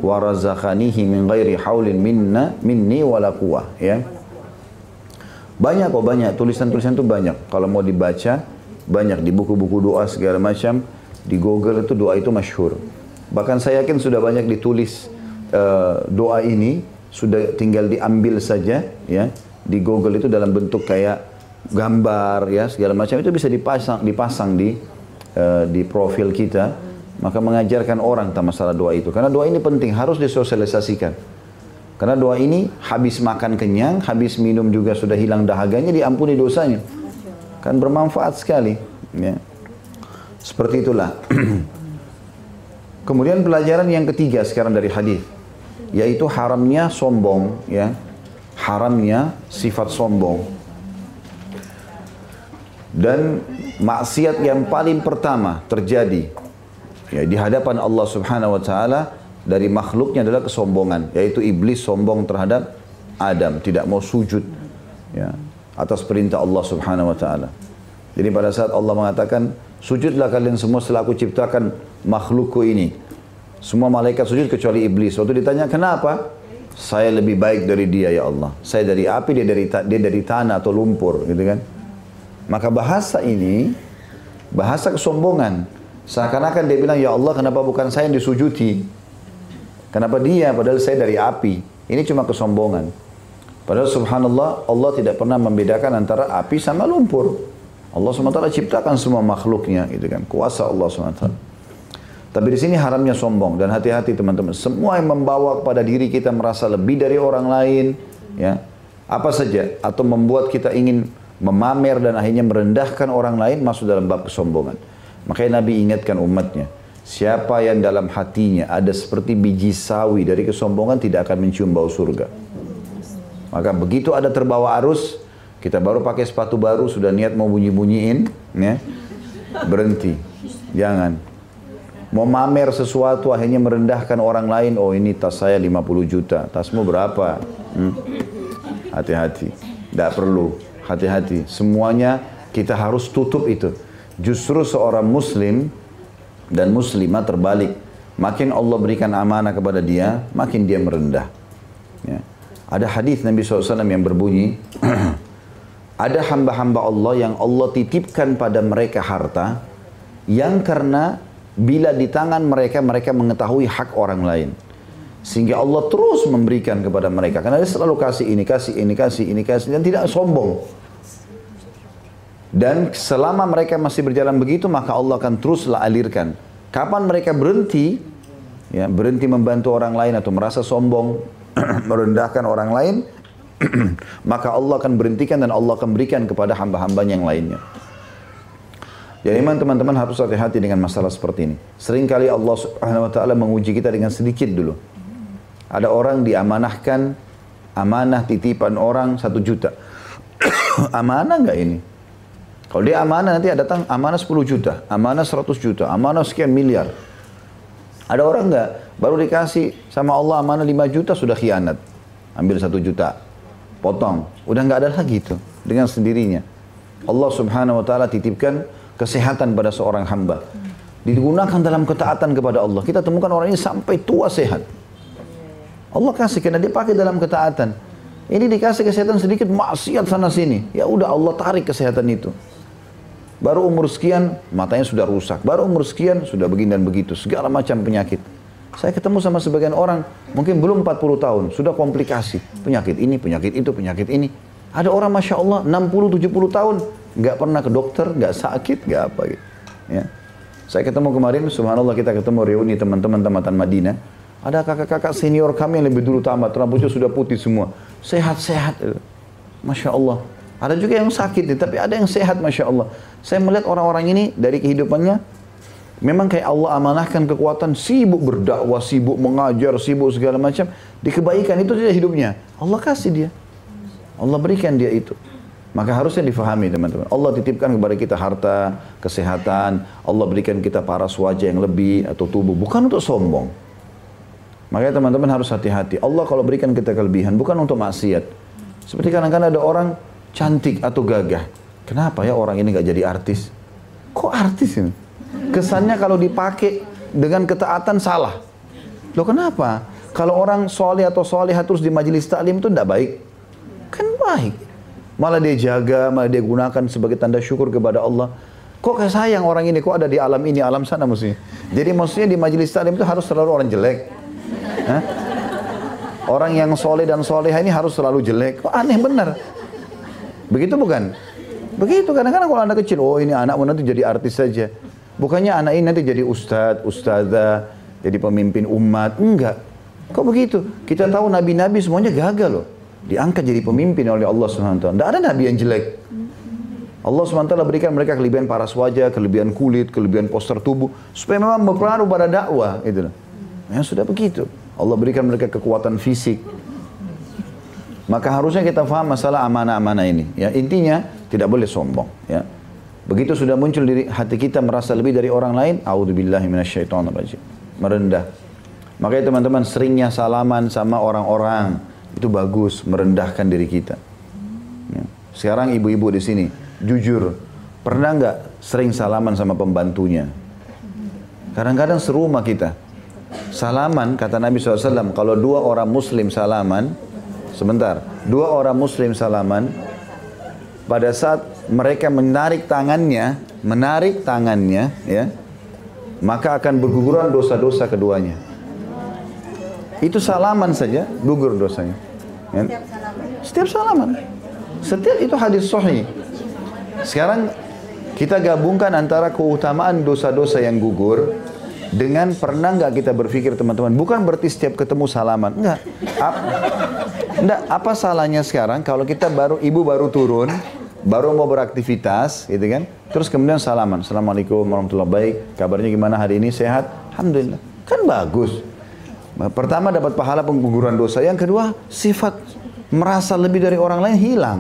S1: wa razaqanihi min ghairi haulin minni wala quwwah, ya. Banyak tulisan-tulisan itu banyak. Kalau mau dibaca banyak di buku-buku doa segala macam, di Google itu doa itu masyhur. Bahkan saya yakin sudah banyak ditulis doa ini, sudah tinggal diambil saja ya di Google itu dalam bentuk kayak gambar ya segala macam, itu bisa dipasang di profil kita, maka mengajarkan orang tentang masalah doa itu. Karena doa ini penting, harus disosialisasikan. Karena doa ini habis makan kenyang, habis minum juga sudah hilang dahaganya, diampuni dosanya. Kan bermanfaat sekali. Ya. Seperti itulah. Kemudian pelajaran yang ketiga sekarang dari hadis, yaitu haramnya sombong, ya, haramnya sifat sombong. Dan maksiat yang paling pertama terjadi ya di hadapan Allah Subhanahu wa taala dari makhluknya adalah kesombongan, yaitu iblis sombong terhadap Adam, tidak mau sujud ya atas perintah Allah Subhanahu wa taala. Jadi pada saat Allah mengatakan, sujudlah kalian semua setelah aku ciptakan makhlukku ini. Semua malaikat sujud kecuali iblis. Waktu ditanya, kenapa? Saya lebih baik dari dia ya Allah. Saya dari api, dia dari tanah atau lumpur, gitu kan. Maka bahasa ini, bahasa kesombongan. Seakan-akan dia bilang, ya Allah kenapa bukan saya yang disujuti? Kenapa dia? Padahal saya dari api. Ini cuma kesombongan. Padahal subhanallah, Allah tidak pernah membedakan antara api sama lumpur. Allah SWT ciptakan semua makhluknya, gitu kan. Kuasa Allah SWT. Tapi di sini haramnya sombong, dan hati-hati teman-teman. Semua yang membawa kepada diri kita merasa lebih dari orang lain, ya, apa saja, atau membuat kita ingin memamer dan akhirnya merendahkan orang lain, masuk dalam bab kesombongan. Makanya Nabi ingatkan umatnya, siapa yang dalam hatinya ada seperti biji sawi dari kesombongan tidak akan mencium bau surga. Maka begitu ada terbawa arus, kita baru pakai sepatu baru, sudah niat mau bunyi-bunyiin, ya, berhenti, jangan. Mau mamer sesuatu akhirnya merendahkan orang lain, oh ini tas saya 50 juta, tasmu berapa? Hati-hati, tidak perlu, hati-hati. Semuanya kita harus tutup itu. Justru seorang muslim dan muslimah terbalik. Makin Allah berikan amanah kepada dia, makin dia merendah. Ya. Ada hadis Nabi SAW yang berbunyi, ada hamba-hamba Allah yang Allah titipkan pada mereka harta, yang karena bila di tangan mereka, mereka mengetahui hak orang lain. Sehingga Allah terus memberikan kepada mereka. Karena dia selalu kasih ini, kasih ini, kasih ini, kasih. Dan tidak sombong. Dan selama mereka masih berjalan begitu, maka Allah akan teruslah alirkan. Kapan mereka berhenti, ya, berhenti membantu orang lain atau merasa sombong, merendahkan orang lain, maka Allah akan berhentikan dan Allah akan berikan kepada hamba-hambanya yang lainnya. Jadi memang teman-teman harus hati-hati dengan masalah seperti ini. Seringkali Allah Subhanahu wa taala menguji kita dengan sedikit dulu. Ada orang diamanahkan amanah titipan orang 1 juta. Amanah enggak ini? Kalau dia amanah nanti datang amanah 10 juta, amanah 100 juta, amanah sekian miliar. Ada orang enggak? Baru dikasih sama Allah amanah 5 juta sudah khianat. Ambil 1 juta, potong. Udah enggak ada lagi itu dengan sendirinya. Allah Subhanahu wa taala titipkan kesehatan pada seorang hamba. Digunakan dalam ketaatan kepada Allah. Kita temukan orang ini sampai tua sehat. Allah kasih karena dia pakai dalam ketaatan. Ini dikasih kesehatan sedikit, maksiat sana sini. Ya udah Allah tarik kesehatan itu. Baru umur sekian matanya sudah rusak. Baru umur sekian sudah begini dan begitu. Segala macam penyakit. Saya ketemu sama sebagian orang mungkin belum 40 tahun sudah komplikasi. Penyakit ini, penyakit itu, penyakit ini. Ada orang Masya Allah 60-70 tahun nggak pernah ke dokter, nggak sakit, nggak apa gitu. Ya. Saya ketemu kemarin, subhanallah kita ketemu reuni teman-teman tamatan Madinah. Ada kakak-kakak senior kami yang lebih dulu tamat, rambutnya sudah putih semua. Sehat-sehat. Masya Allah. Ada juga yang sakit, tapi ada yang sehat Masya Allah. Saya melihat orang-orang ini dari kehidupannya, memang kayak Allah amanahkan kekuatan, sibuk berdakwah, sibuk mengajar, sibuk segala macam. Di kebaikan itu dia hidupnya. Allah kasih dia. Allah berikan dia itu. Maka harusnya difahami teman-teman. Allah titipkan kepada kita harta, kesehatan. Allah berikan kita paras wajah yang lebih atau tubuh. Bukan untuk sombong. Makanya teman-teman harus hati-hati. Allah kalau berikan kita kelebihan bukan untuk maksiat. Seperti kadang-kadang ada orang cantik atau gagah. Kenapa ya orang ini gak jadi artis? Kok artis ini? Kesannya kalau dipakai dengan ketaatan salah. Loh kenapa? Kalau orang soleh atau solehah terus di majelis taklim itu tidak baik. Kan baik. Malah dia jaga, malah dia gunakan sebagai tanda syukur kepada Allah. Kok kayak sayang orang ini, kok ada di alam ini, alam sana mestinya. Jadi maksudnya di majelis taklim itu harus selalu orang jelek. Hah? Orang yang soleh dan solehah ini harus selalu jelek. Kok aneh benar. Begitu bukan? Begitu, kadang-kadang kalau anak kecil, oh ini anakmu nanti jadi artis saja. Bukannya anak ini nanti jadi ustadz, ustadzah, jadi pemimpin umat. Enggak. Kok begitu? Kita tahu nabi-nabi semuanya gagal loh. Diangkat jadi pemimpin oleh Allah SWT. Tidak ada nabi yang jelek. Allah SWT berikan mereka kelebihan paras wajah, kelebihan kulit, kelebihan postur tubuh. Supaya memang berpengaruh pada dakwah. Gitu. Ya sudah begitu. Allah berikan mereka kekuatan fisik. Maka harusnya kita faham masalah amanah-amanah ini. Ya, intinya tidak boleh sombong. Ya. Begitu sudah muncul di hati kita merasa lebih dari orang lain, a'udzubillahi minasyaitonirrajim. Merendah. Makanya teman-teman seringnya salaman sama orang-orang itu bagus, merendahkan diri kita. Ya. Sekarang ibu-ibu di sini, jujur, pernah nggak sering salaman sama pembantunya? Kadang-kadang serumah kita. Salaman, kata Nabi SAW, kalau dua orang muslim salaman, sebentar, dua orang muslim salaman, pada saat mereka menarik tangannya, ya, maka akan berguguran dosa-dosa keduanya. Itu salaman saja, gugur dosanya. Ya. Setiap salaman. Setiap itu hadis sahih. Sekarang kita gabungkan antara keutamaan dosa-dosa yang gugur dengan pernah nggak kita berpikir teman-teman, bukan berarti setiap ketemu salaman, enggak. Apa salahnya sekarang kalau kita ibu baru turun, baru mau beraktivitas, gitu kan? Terus kemudian salaman, assalamualaikum warahmatullahi wabarakatuh, kabarnya gimana hari ini, sehat? Alhamdulillah, kan bagus. Pertama dapat pahala pengguguran dosa, yang kedua sifat merasa lebih dari orang lain hilang.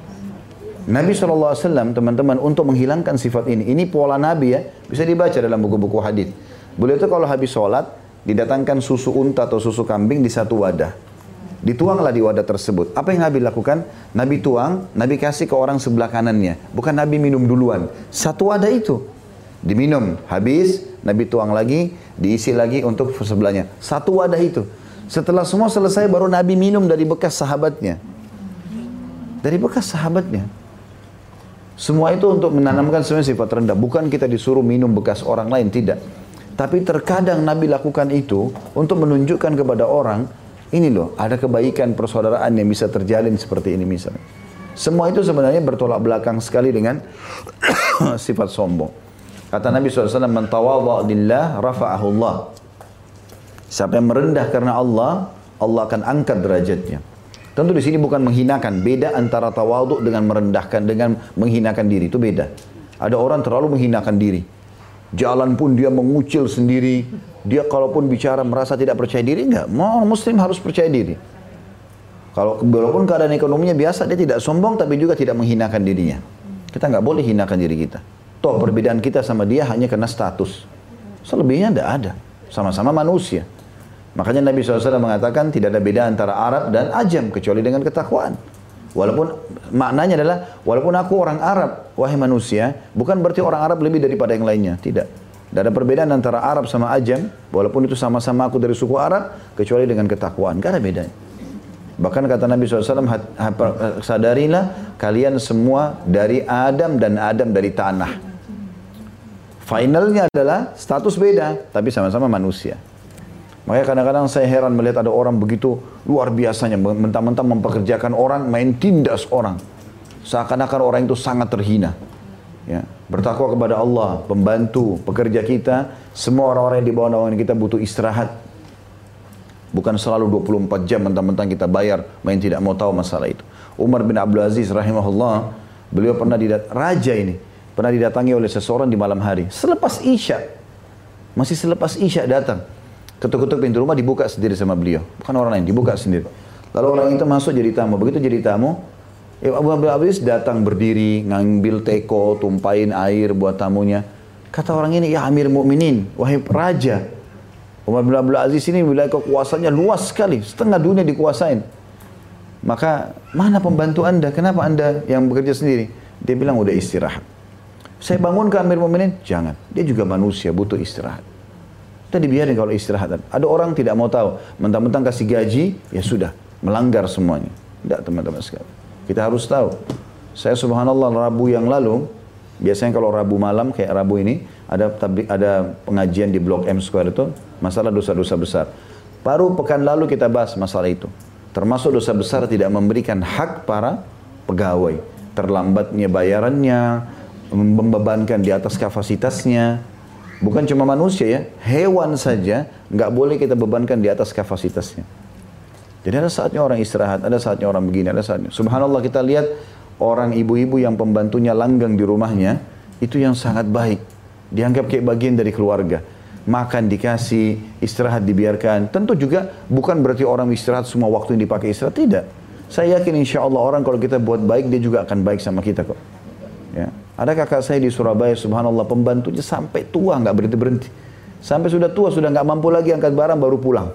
S1: Nabi SAW teman-teman untuk menghilangkan sifat ini pola Nabi ya, bisa dibaca dalam buku-buku hadis. Beliau itu kalau habis sholat, didatangkan susu unta atau susu kambing di satu wadah. Dituanglah di wadah tersebut. Apa yang Nabi lakukan? Nabi tuang, Nabi kasih ke orang sebelah kanannya. Bukan Nabi minum duluan. Satu wadah itu. Diminum, habis, Nabi tuang lagi, diisi lagi untuk sebelahnya. Satu wadah itu. Setelah semua selesai, baru Nabi minum dari bekas sahabatnya. Dari bekas sahabatnya. Semua itu untuk menanamkan sebenarnya sifat rendah. Bukan kita disuruh minum bekas orang lain, tidak. Tapi terkadang Nabi lakukan itu untuk menunjukkan kepada orang, ini loh, ada kebaikan persaudaraan yang bisa terjalin seperti ini misalnya. Semua itu sebenarnya bertolak belakang sekali dengan sifat sombong. Kata Nabi SAW, "Man tawadha lillah rafa'ahu Allah." Siapa yang merendah karena Allah, Allah akan angkat derajatnya. Tentu di sini bukan menghinakan, beda antara tawadhu dengan merendahkan, dengan menghinakan diri, itu beda. Ada orang terlalu menghinakan diri. Jalan pun dia mengucil sendiri. Dia kalaupun bicara merasa tidak percaya diri, enggak. Orang muslim harus percaya diri. Kalau walaupun keadaan ekonominya biasa, dia tidak sombong tapi juga tidak menghinakan dirinya. Kita enggak boleh hinakan diri kita. Toh perbedaan kita sama dia hanya karena status. Selebihnya enggak ada. Sama-sama manusia. Makanya Nabi SAW mengatakan tidak ada beda antara Arab dan Ajam kecuali dengan ketakwaan. Walaupun maknanya adalah, walaupun aku orang Arab, wahai manusia, bukan berarti orang Arab lebih daripada yang lainnya. Tidak. Tidak ada perbedaan antara Arab sama Ajam, walaupun itu sama-sama aku dari suku Arab, kecuali dengan ketakwaan. Tidak ada bedanya. Bahkan kata Nabi SAW, sadarilah kalian semua dari Adam dan Adam dari tanah. Finalnya adalah status beda, tapi sama-sama manusia. Makanya kadang-kadang saya heran melihat ada orang begitu luar biasanya, mentang-mentang mempekerjakan orang, main tindas orang. Seakan-akan orang itu sangat terhina. Ya, bertakwa kepada Allah, pembantu, pekerja kita, semua orang-orang yang di bawah naungan kita butuh istirahat. Bukan selalu 24 jam mentang-mentang kita bayar, main tidak mau tahu masalah itu. Umar bin Abdul Aziz rahimahullah, beliau pernah raja ini, pernah didatangi oleh seseorang di malam hari. Selepas Isya, masih selepas Isya datang. Ketuk-ketuk pintu rumah dibuka sendiri sama beliau. Bukan orang lain, dibuka sendiri. Lalu orang itu masuk jadi tamu. Begitu jadi tamu, Abu Abdul Aziz datang berdiri, ngambil teko, tumpahin air buat tamunya. Kata orang ini, ya Amir Mu'minin, wahai raja. Umar bin Abdul Aziz ini wilayah kekuasaannya luas sekali. Setengah dunia dikuasain. Maka, mana pembantu anda? Kenapa anda yang bekerja sendiri? Dia bilang, udah istirahat. Saya bangun ke Amir Mu'minin? Jangan. Dia juga manusia, butuh istirahat. Udah dibiarin kalau istirahat. Ada orang tidak mau tahu, mentang-mentang kasih gaji, ya sudah, melanggar semuanya. Tidak teman-teman sekalian. Kita harus tahu. Saya subhanallah Rabu yang lalu, biasanya kalau Rabu malam kayak Rabu ini, ada pengajian di Blok M Square itu, masalah dosa-dosa besar. Baru pekan lalu kita bahas masalah itu. Termasuk dosa besar tidak memberikan hak para pegawai. Terlambatnya bayarannya, membebankan di atas kapasitasnya. Bukan cuma manusia ya, hewan saja nggak boleh kita bebankan di atas kapasitasnya. Jadi ada saatnya orang istirahat, ada saatnya orang begini, ada saatnya. Subhanallah kita lihat orang ibu-ibu yang pembantunya langgang di rumahnya, itu yang sangat baik. Dianggap kayak bagian dari keluarga. Makan dikasih, istirahat dibiarkan. Tentu juga bukan berarti orang istirahat semua waktu yang dipakai istirahat, tidak. Saya yakin insya Allah orang kalau kita buat baik, dia juga akan baik sama kita kok. Ya. Ada kakak saya di Surabaya, subhanallah, pembantunya sampai tua nggak berhenti-berhenti. Sampai sudah tua, sudah nggak mampu lagi angkat barang, baru pulang.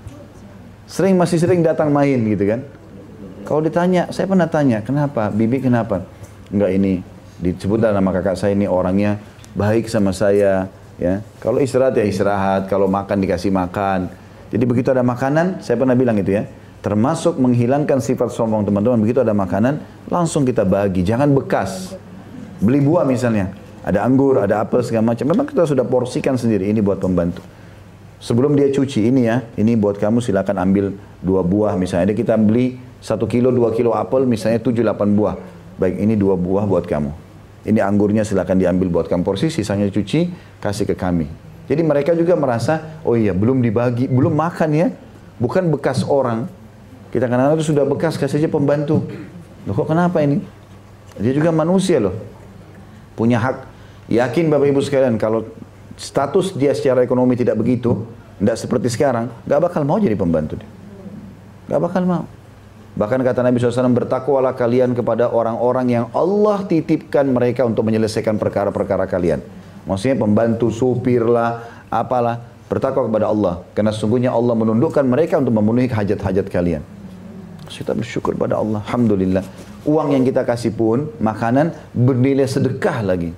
S1: Masih sering datang main gitu kan. Kalau ditanya, saya pernah tanya, kenapa? Bibi kenapa? Enggak, ini disebutlah nama kakak saya ini orangnya baik sama saya. Ya, kalau istirahat ya istirahat, kalau makan dikasih makan. Jadi begitu ada makanan, saya pernah bilang itu ya, termasuk menghilangkan sifat sombong teman-teman. Begitu ada makanan, langsung kita bagi, jangan bekas. Beli buah misalnya, ada anggur, ada apel segala macam. Memang kita sudah porsikan sendiri, ini buat pembantu. Sebelum dia cuci, ini ya, ini buat kamu silakan ambil 2 buah misalnya. Jadi kita beli 1 kilo, 2 kilo apel misalnya 7-8 buah. Baik, ini 2 buah buat kamu. Ini anggurnya silakan diambil buat kamu, porsi, sisanya cuci, kasih ke kami. Jadi mereka juga merasa, oh iya belum dibagi, belum makan ya. Bukan bekas orang. Kita kadang-kadang itu sudah bekas, kasih aja pembantu. Loh kok kenapa ini? Dia juga manusia loh. Punya hak. Yakin Bapak Ibu sekalian, kalau status dia secara ekonomi tidak begitu, tidak seperti sekarang, gak bakal mau jadi pembantu dia. Gak bakal mau. Bahkan kata Nabi SAW, bertakwalah kalian kepada orang-orang yang Allah titipkan mereka untuk menyelesaikan perkara-perkara kalian. Maksudnya pembantu, supir lah, apalah. Bertakwa kepada Allah. Karena sesungguhnya Allah menundukkan mereka untuk memenuhi hajat-hajat kalian. Kita bersyukur pada Allah. Alhamdulillah. Uang yang kita kasih pun, makanan bernilai sedekah lagi.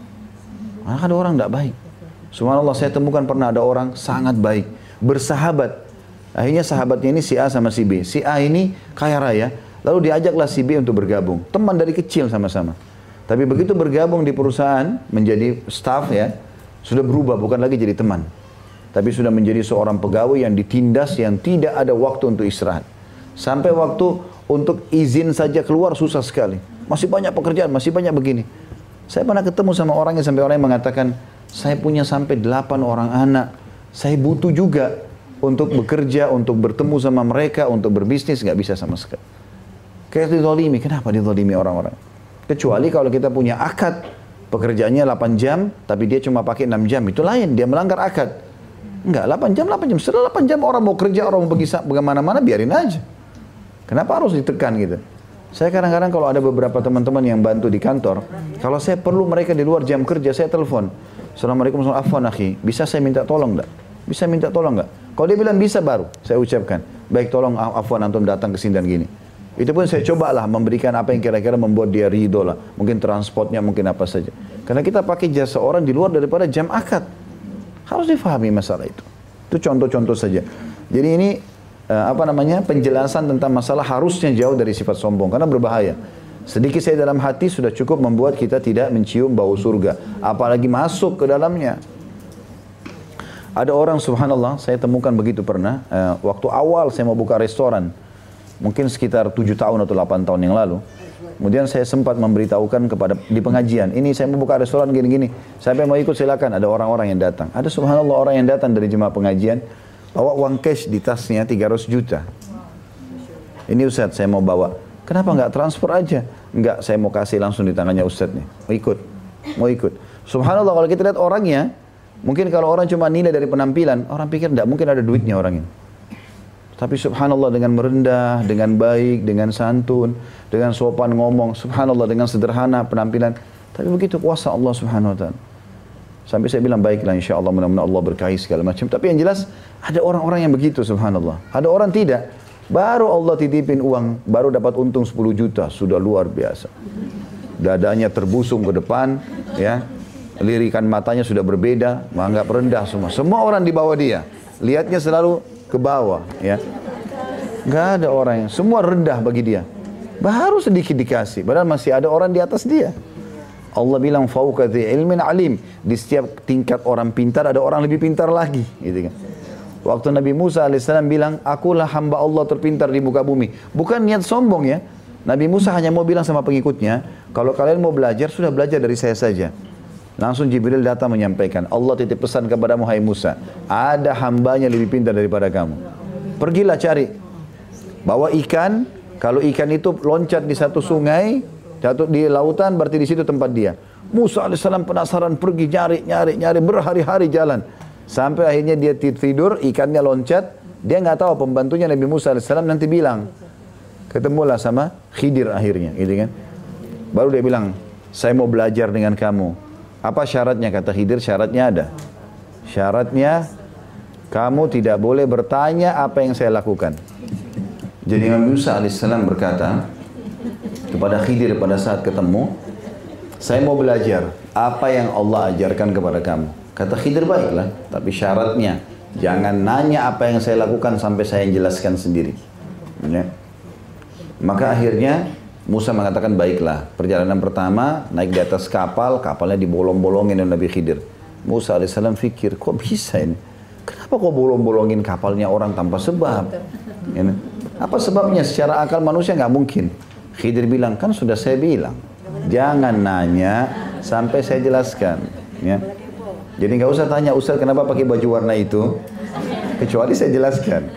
S1: Maka ada orang tidak baik. Subhanallah, saya temukan pernah ada orang sangat baik. Bersahabat. Akhirnya sahabatnya ini si A sama si B. Si A ini kaya raya. Lalu diajaklah si B untuk bergabung. Teman dari kecil sama-sama. Tapi begitu bergabung di perusahaan, menjadi staff ya, sudah berubah, bukan lagi jadi teman. Tapi sudah menjadi seorang pegawai yang ditindas, yang tidak ada waktu untuk istirahat. Sampai waktu untuk izin saja keluar susah sekali. Masih banyak pekerjaan, masih banyak begini. Saya pernah ketemu sama orangnya sampai orang yang mengatakan, saya punya sampai 8 orang anak. Saya butuh juga untuk bekerja, untuk bertemu sama mereka, untuk berbisnis, nggak bisa sama sekali. Kayak dizalimi. Kenapa dizalimi orang-orang? Kecuali kalau kita punya akad, pekerjaannya 8 jam, tapi dia cuma pakai 6 jam. Itu lain, dia melanggar akad. Enggak, 8 jam. Setelah 8 jam orang mau kerja, orang mau pergi kemana-mana, biarin aja. Kenapa harus ditekan gitu? Saya kadang-kadang kalau ada beberapa teman-teman yang bantu di kantor, kalau saya perlu mereka di luar jam kerja, saya telepon. Assalamualaikum warahmatullahi wabarakatuh, akhi. Bisa saya minta tolong enggak? Bisa minta tolong enggak? Kalau dia bilang bisa baru, saya ucapkan. Baik tolong afwan antum datang ke sini dan gini. Itu pun saya cobalah memberikan apa yang kira-kira membuat dia ridho lah. Mungkin transportnya, mungkin apa saja. Karena kita pakai jasa orang di luar daripada jam akad. Harus difahami masalah itu. Itu contoh-contoh saja. Jadi ini penjelasan tentang masalah harusnya jauh dari sifat sombong karena berbahaya. Sedikit saya dalam hati sudah cukup membuat kita tidak mencium bau surga, apalagi masuk ke dalamnya. Ada orang subhanallah, saya temukan begitu pernah, waktu awal saya mau buka restoran, mungkin sekitar 7 tahun atau 8 tahun yang lalu. Kemudian saya sempat memberitahukan kepada di pengajian, ini saya mau buka restoran gini-gini, siapa yang mau ikut silakan. Ada orang-orang yang datang. Ada subhanallah orang yang datang dari jemaah pengajian, bawa uang cash di tasnya 300 juta. Ini Ustaz saya mau bawa. Kenapa nggak transfer aja? Enggak, saya mau kasih langsung di tangannya Ustaz nih. Mau ikut. Subhanallah kalau kita lihat orangnya, mungkin kalau orang cuma nilai dari penampilan, orang pikir enggak mungkin ada duitnya orang ini. Tapi subhanallah dengan merendah, dengan baik, dengan santun, dengan sopan ngomong, subhanallah dengan sederhana penampilan. Tapi begitu kuasa Allah subhanahu wa ta'ala. Sampai saya bilang baiklah insya Allah, mudah-mudahan Allah berkahi segala macam. Tapi yang jelas ada orang-orang yang begitu subhanallah. Ada orang tidak. Baru Allah titipin uang, baru dapat untung 10 juta. Sudah luar biasa. Dadanya terbusung ke depan, ya. lirikan matanya sudah berbeda, menganggap rendah semua. Semua orang di bawah dia, lihatnya selalu ke bawah, ya. Nggak ada orang yang, semua rendah bagi dia. Baru sedikit dikasih, padahal masih ada orang di atas dia. Allah bilang fauqa dzi ilmin alim. Di setiap tingkat orang pintar ada orang lebih pintar lagi, gitu kan. Waktu Nabi Musa alaihissalam bilang, akulah hamba Allah terpintar di muka bumi. Bukan niat sombong ya. Nabi Musa hanya mau bilang sama pengikutnya, kalau kalian mau belajar, sudah belajar dari saya saja. Langsung Jibril datang menyampaikan, Allah titip pesan kepadamu hai Musa, ada hambanya lebih pintar daripada kamu. Pergilah cari. Bawa ikan, kalau ikan itu loncat di satu sungai, jatuh di lautan, berarti di situ tempat dia. Musa alaihissalam penasaran, pergi nyari, berhari-hari jalan. Sampai akhirnya dia tidur, ikannya loncat, dia nggak tahu pembantunya Nabi Musa alaihissalam nanti bilang, ketemulah sama Khidir akhirnya, gitu kan. Baru dia bilang, saya mau belajar dengan kamu. Apa syaratnya? Kata Khidir, syaratnya ada. Syaratnya, kamu tidak boleh bertanya apa yang saya lakukan. Jadi Nabi Musa alaihissalam berkata kepada Khidir pada saat ketemu, saya mau belajar apa yang Allah ajarkan kepada kamu. Kata Khidir, baiklah, tapi syaratnya jangan nanya apa yang saya lakukan sampai saya jelaskan sendiri. Ya. Maka akhirnya Musa mengatakan, baiklah. Perjalanan pertama naik di atas kapal, kapalnya dibolong-bolongin oleh Nabi Khidir. Musa alaihissalam fikir, kok bisa ini? Kenapa kok bolong-bolongin kapalnya orang tanpa sebab? Ya. Apa sebabnya? Secara akal manusia nggak mungkin. Khidir bilang, kan sudah saya bilang, jangan nanya sampai saya jelaskan. Ya. Jadi nggak usah tanya, Ustaz kenapa pakai baju warna itu? Kecuali saya jelaskan.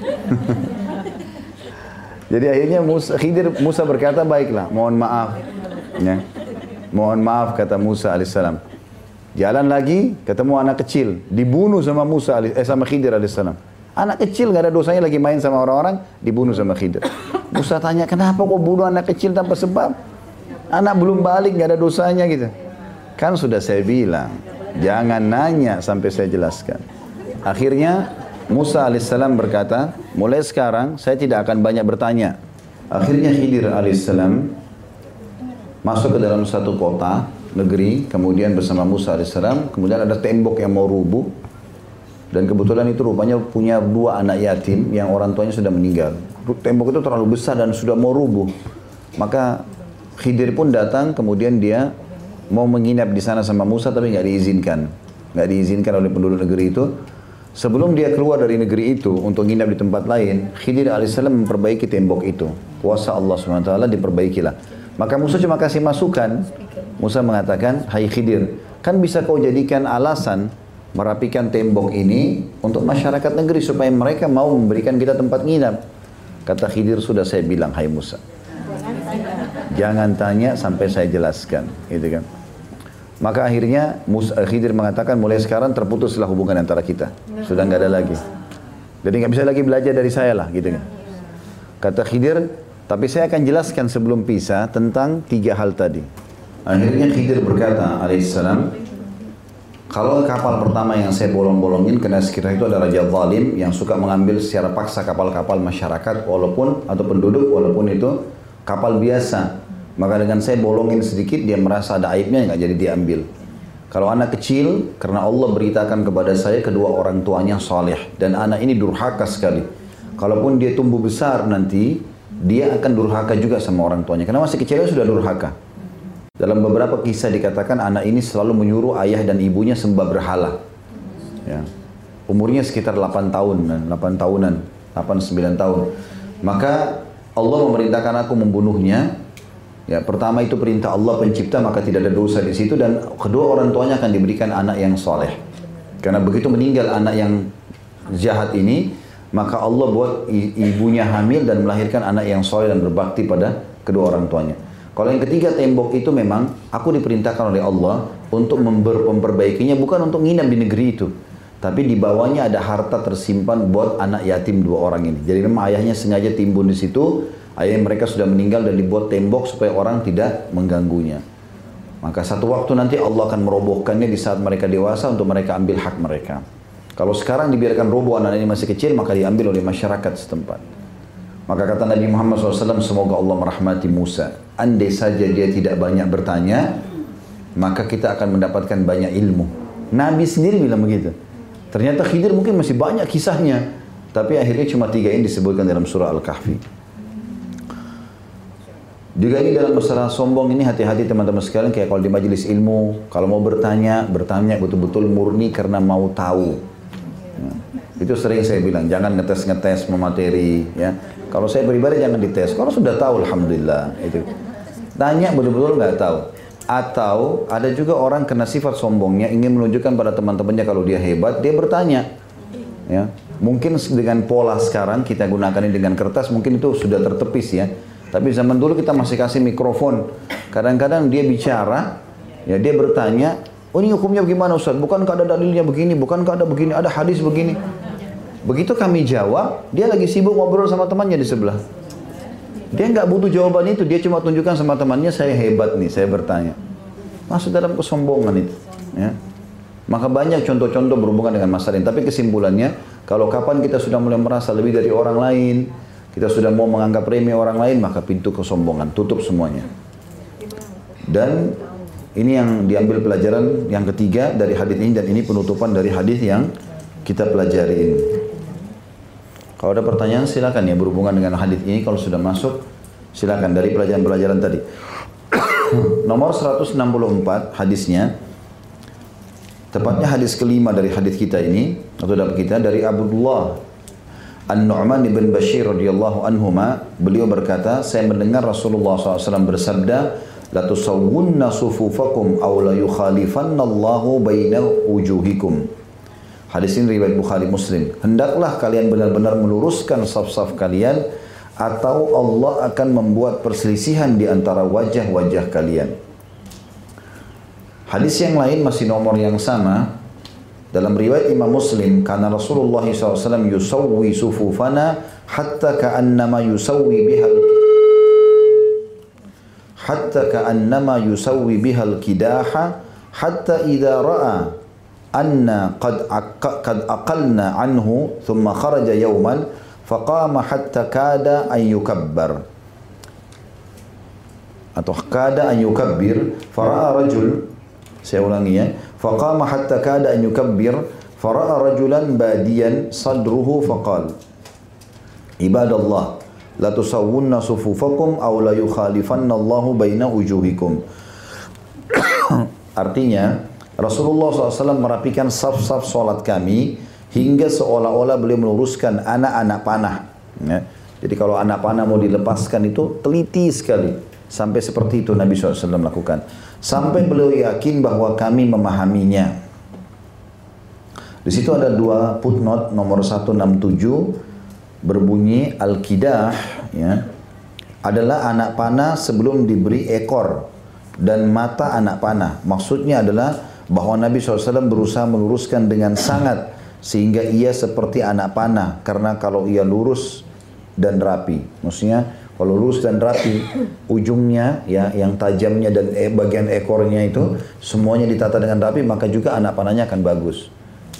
S1: Jadi akhirnya Musa berkata, baiklah, mohon maaf. Ya. Mohon maaf, kata Musa alaihissalam. Jalan lagi, ketemu anak kecil, dibunuh sama sama Khidir alaihissalam. Anak kecil nggak ada dosanya lagi main sama orang-orang, dibunuh sama Khidir. Musa tanya, kenapa kok bunuh anak kecil tanpa sebab? Anak belum balik, nggak ada dosanya gitu. Kan sudah saya bilang, jangan nanya sampai saya jelaskan. Akhirnya Musa alaihissalam berkata, mulai sekarang saya tidak akan banyak bertanya. Akhirnya Khidir alaihissalam masuk ke dalam satu kota, negeri, kemudian bersama Musa alaihissalam, kemudian ada tembok yang mau rubuh. Dan kebetulan itu rupanya punya dua anak yatim yang orang tuanya sudah meninggal. Tembok itu terlalu besar dan sudah mau rubuh. Maka Khidir pun datang, kemudian dia mau menginap di sana sama Musa, tapi nggak diizinkan. Nggak diizinkan oleh penduduk negeri itu. Sebelum dia keluar dari negeri itu untuk menginap di tempat lain, Khidir alaihissalam memperbaiki tembok itu. Kuasa Allah SWT diperbaikilah. Maka Musa cuma kasih masukan. Musa mengatakan, hai Khidir, kan bisa kau jadikan alasan merapikan tembok ini untuk masyarakat negeri supaya mereka mau memberikan kita tempat nginap. Kata Khidir, sudah saya bilang, hai Musa, jangan tanya sampai saya jelaskan, gitu kan. Maka akhirnya Khidir mengatakan, mulai sekarang terputuslah hubungan antara kita, sudah nggak ada lagi. Jadi nggak bisa lagi belajar dari saya lah, gitu kan. Kata Khidir, tapi saya akan jelaskan sebelum pisah tentang 3 hal tadi. Akhirnya Khidir berkata alaihissalam, kalau kapal pertama yang saya bolong-bolongin, karena sekitar itu ada raja zalim yang suka mengambil secara paksa kapal-kapal masyarakat walaupun atau penduduk walaupun itu kapal biasa, maka dengan saya bolongin sedikit dia merasa ada aibnya, nggak jadi diambil. Kalau anak kecil, karena Allah beritakan kepada saya kedua orang tuanya saleh dan anak ini durhaka sekali. Kalaupun dia tumbuh besar nanti dia akan durhaka juga sama orang tuanya karena masih kecilnya sudah durhaka. Dalam beberapa kisah dikatakan anak ini selalu menyuruh ayah dan ibunya sembah berhala. Ya. Umurnya sekitar 8 tahunan, 8-9 tahun. Maka Allah memerintahkan aku membunuhnya. Ya, pertama itu perintah Allah pencipta, maka tidak ada dosa di situ, dan kedua orang tuanya akan diberikan anak yang soleh. Karena begitu meninggal anak yang jahat ini, maka Allah buat ibunya hamil dan melahirkan anak yang soleh dan berbakti pada kedua orang tuanya. Kalau yang ketiga tembok itu memang aku diperintahkan oleh Allah untuk memperbaikinya, bukan untuk nginap di negeri itu, tapi di bawahnya ada harta tersimpan buat anak yatim 2 orang ini. Jadi memang ayahnya sengaja timbun di situ, ayah mereka sudah meninggal dan dibuat tembok supaya orang tidak mengganggunya. Maka satu waktu nanti Allah akan merobohkannya di saat mereka dewasa untuk mereka ambil hak mereka. Kalau sekarang dibiarkan roboh anak ini masih kecil, maka diambil oleh masyarakat setempat. Maka kata Nabi Muhammad SAW, semoga Allah merahmati Musa. Andai saja dia tidak banyak bertanya, maka kita akan mendapatkan banyak ilmu. Nabi sendiri bilang begitu. Ternyata Khidir mungkin masih banyak kisahnya, tapi akhirnya cuma 3 ini disebutkan dalam surah Al-Kahfi. Juga ini dalam masalah sombong ini hati-hati teman-teman sekalian, kayak kalau di majelis ilmu, kalau mau bertanya betul-betul murni karena mau tahu. Ya. Itu sering saya bilang, jangan ngetes materi. Ya. Kalau saya pribadi jangan dites, kalau sudah tahu Alhamdulillah. Itu. Tanya betul-betul nggak tahu. Atau ada juga orang kena sifat sombongnya, ingin menunjukkan pada teman-temannya kalau dia hebat, dia bertanya. Ya. Mungkin dengan pola sekarang kita gunakan ini dengan kertas, mungkin itu sudah tertepis ya. Tapi zaman dulu kita masih kasih mikrofon. Kadang-kadang dia bicara, ya dia bertanya, oh ini hukumnya bagaimana Ustaz? Bukankah ada dalilnya begini? Bukankah ada begini? Ada hadis begini? Begitu kami jawab, dia lagi sibuk ngobrol sama temannya di sebelah. Dia nggak butuh jawaban itu, dia cuma tunjukkan sama temannya, saya hebat nih, saya bertanya. Masuk dalam kesombongan itu. Ya. Maka banyak contoh-contoh berhubungan dengan masalah ini. Tapi kesimpulannya, kalau kapan kita sudah mulai merasa lebih dari orang lain, kita sudah mau menganggap remeh orang lain, maka pintu kesombongan, tutup semuanya. Dan ini yang diambil pelajaran yang ketiga dari hadis ini, dan ini penutupan dari hadis yang kita pelajari ini. Kalau ada pertanyaan silakan ya berhubungan dengan hadis ini. Kalau sudah masuk silakan dari pelajaran-pelajaran tadi. Nomor 164 hadisnya, tepatnya hadis kelima dari hadis kita ini atau dalam kita, dari Abdullah An-Nu'man bin Bashir radhiyallahu anhuma, beliau berkata, saya mendengar Rasulullah SAW bersabda, la tusawwunna sufufakum aw la yukhalifanna Allahu baina wujuhikum. Hadis ini riwayat Bukhari Muslim. Hendaklah kalian benar-benar meluruskan saf-saf kalian, atau Allah akan membuat perselisihan di antara wajah-wajah kalian. Hadis yang lain masih nomor yang sama. Dalam riwayat Imam Muslim, karena Rasulullah SAW yusawwi sufufana hatta ka'annama yusawwi bihal kidaha hatta idza ra'a anna qad aqalna anhu thumma kharaja yawman faqama hatta kada an yukabbar atau kada an yukabbir fara'a rajul, saya ulangi ya, faqama hatta kada an yukabbir fara'a rajulan badiyan sadruhu faqal ibadallah la tusawwunna sufufakum aw la yukhalifanna Allahu baina wujuhikum. Artinya Rasulullah SAW merapikan saf-saf solat kami hingga seolah-olah beliau meluruskan anak-anak panah. Ya. Jadi kalau anak panah mau dilepaskan itu teliti sekali. Sampai seperti itu Nabi SAW lakukan. Sampai beliau yakin bahwa kami memahaminya. Di situ ada 2 footnote, nomor 167 berbunyi al-kidah ya, adalah anak panah sebelum diberi ekor dan mata anak panah. Maksudnya adalah bahwa Nabi SAW berusaha meluruskan dengan sangat sehingga ia seperti anak panah, karena kalau ia lurus dan rapi, maksudnya kalau lurus dan rapi, ujungnya ya yang tajamnya dan bagian ekornya itu semuanya ditata dengan rapi, maka juga anak panahnya akan bagus.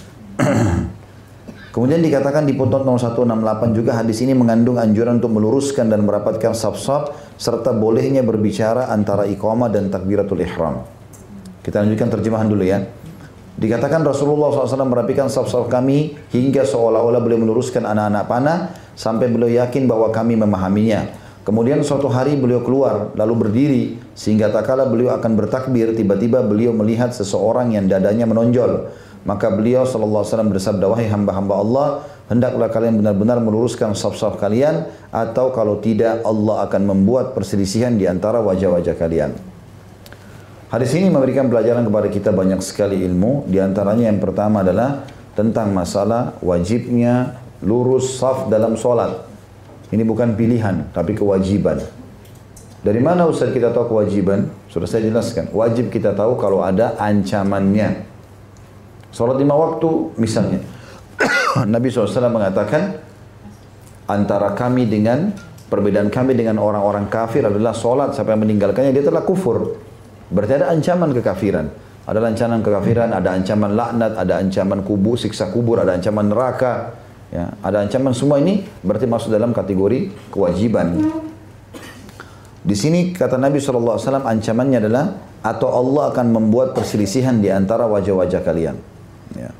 S1: Kemudian dikatakan di footnote nomor 168 juga hadis ini mengandung anjuran untuk meluruskan dan merapatkan saf-saf serta bolehnya berbicara antara iqamah dan takbiratul ihram. Kita lanjutkan terjemahan dulu ya. Dikatakan Rasulullah SAW merapikan saf-saf kami hingga seolah-olah beliau meluruskan anak-anak panah sampai beliau yakin bahwa kami memahaminya. Kemudian suatu hari beliau keluar lalu berdiri sehingga tak kala beliau akan bertakbir, tiba-tiba beliau melihat seseorang yang dadanya menonjol. Maka beliau SAW bersabda, wahai hamba-hamba Allah, hendaklah kalian benar-benar meluruskan saf-saf kalian, atau kalau tidak Allah akan membuat perselisihan di antara wajah-wajah kalian. Hadis ini memberikan pelajaran kepada kita banyak sekali ilmu. Di antaranya yang pertama adalah tentang masalah wajibnya lurus saf dalam sholat. Ini bukan pilihan, tapi kewajiban. Dari mana Ustaz kita tahu kewajiban? Sudah saya jelaskan. Wajib kita tahu kalau ada ancamannya. Sholat 5 waktu misalnya. Nabi SAW mengatakan, antara kami dengan, perbedaan kami dengan orang-orang kafir adalah sholat. Siapa yang meninggalkannya, dia telah kufur. Berarti ada ancaman kekafiran. Ada ancaman kekafiran, ada ancaman laknat, ada ancaman kubur, siksa kubur, ada ancaman neraka. Ya, ada ancaman, semua ini berarti masuk dalam kategori kewajiban. Di sini kata Nabi SAW ancamannya adalah atau Allah akan membuat perselisihan di antara wajah-wajah kalian. Ya.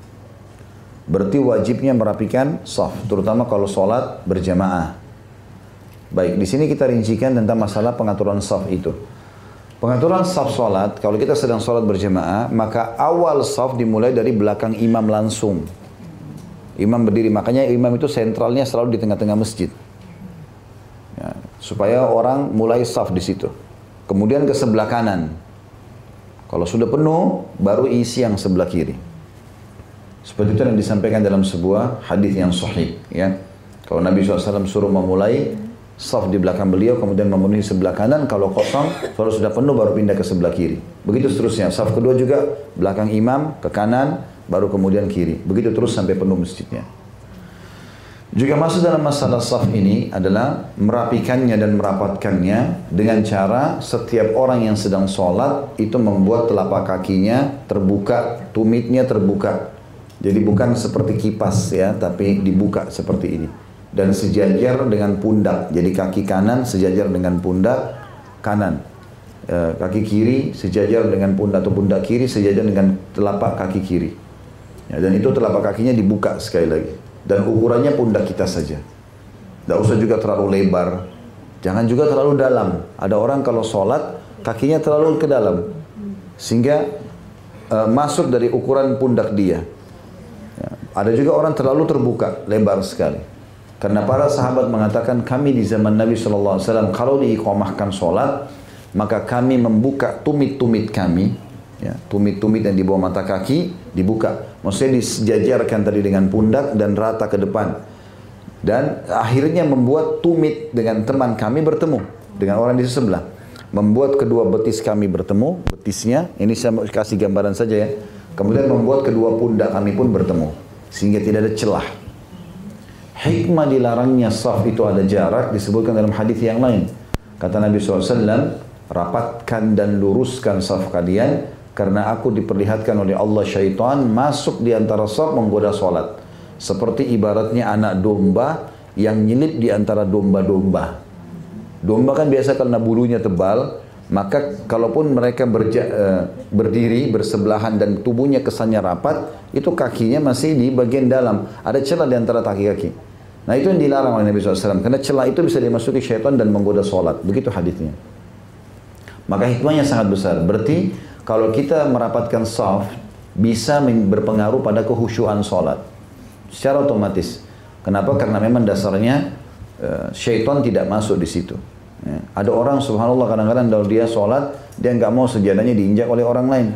S1: Berarti wajibnya merapikan saf, terutama kalau sholat berjamaah. Baik, di sini kita rincikan tentang masalah pengaturan saf itu. Pengaturan saf sholat, kalau kita sedang sholat berjamaah, maka awal saf dimulai dari belakang imam langsung. Imam berdiri, makanya imam itu sentralnya selalu di tengah-tengah masjid. Ya, supaya orang mulai saf di situ. Kemudian ke sebelah kanan. Kalau sudah penuh, baru isi yang sebelah kiri. Seperti itu yang disampaikan dalam sebuah hadis yang sahih. Ya, kalau Nabi SAW suruh memulai saf di belakang beliau, kemudian memenuhi sebelah kanan. Kalau kosong, kalau sudah penuh, baru pindah ke sebelah kiri. Begitu seterusnya. Saf kedua juga belakang imam ke kanan, baru kemudian kiri. Begitu terus sampai penuh masjidnya. Juga masuk dalam masalah saf ini adalah merapikannya dan merapatkannya dengan cara setiap orang yang sedang sholat itu membuat telapak kakinya terbuka, tumitnya terbuka. Jadi bukan seperti kipas ya, tapi dibuka seperti ini. Dan sejajar dengan pundak. Jadi kaki kanan sejajar dengan pundak kanan. Kaki kiri sejajar dengan pundak atau pundak kiri sejajar dengan telapak kaki kiri. Ya, dan itu telapak kakinya dibuka sekali lagi. Dan ukurannya pundak kita saja. Tidak usah juga terlalu lebar. Jangan juga terlalu dalam. Ada orang kalau sholat, kakinya terlalu ke dalam. Sehingga masuk dari ukuran pundak dia. Ya. Ada juga orang terlalu terbuka, lebar sekali. Karena para sahabat mengatakan, kami di zaman Nabi SAW, kalau diiqamahkan sholat, maka kami membuka tumit-tumit kami. Ya, tumit-tumit yang di bawah mata kaki dibuka. Maksudnya disejajarkan tadi dengan pundak dan rata ke depan. Dan akhirnya membuat tumit dengan teman kami bertemu dengan orang di sebelah. Membuat kedua betis kami bertemu, betisnya, ini saya kasih gambaran saja ya. Kemudian membuat kedua pundak kami pun bertemu. Sehingga tidak ada celah. Hikmah dilarangnya saf itu ada jarak disebutkan dalam hadis yang lain. Kata Nabi SAW, rapatkan dan luruskan saf kalian. Karena aku diperlihatkan oleh Allah syaitan masuk di antara saf menggoda solat. Seperti ibaratnya anak domba yang nyelip di antara domba-domba. Domba kan biasa karena bulunya tebal, maka kalaupun mereka berdiri bersebelahan dan tubuhnya kesannya rapat, itu kakinya masih di bagian dalam. Ada celah di antara kaki-kaki. Nah itu yang dilarang oleh Nabi SAW. Karena celah itu bisa dimasuki syaitan dan menggoda solat. Begitu hadisnya. Maka hikmahnya sangat besar. Berarti kalau kita merapatkan saf, bisa berpengaruh pada kehusyuan sholat. Secara otomatis. Kenapa? Karena memang dasarnya syaitan tidak masuk di situ. Ya. Ada orang subhanallah kadang-kadang kalau dia sholat, dia nggak mau sejadahnya diinjak oleh orang lain.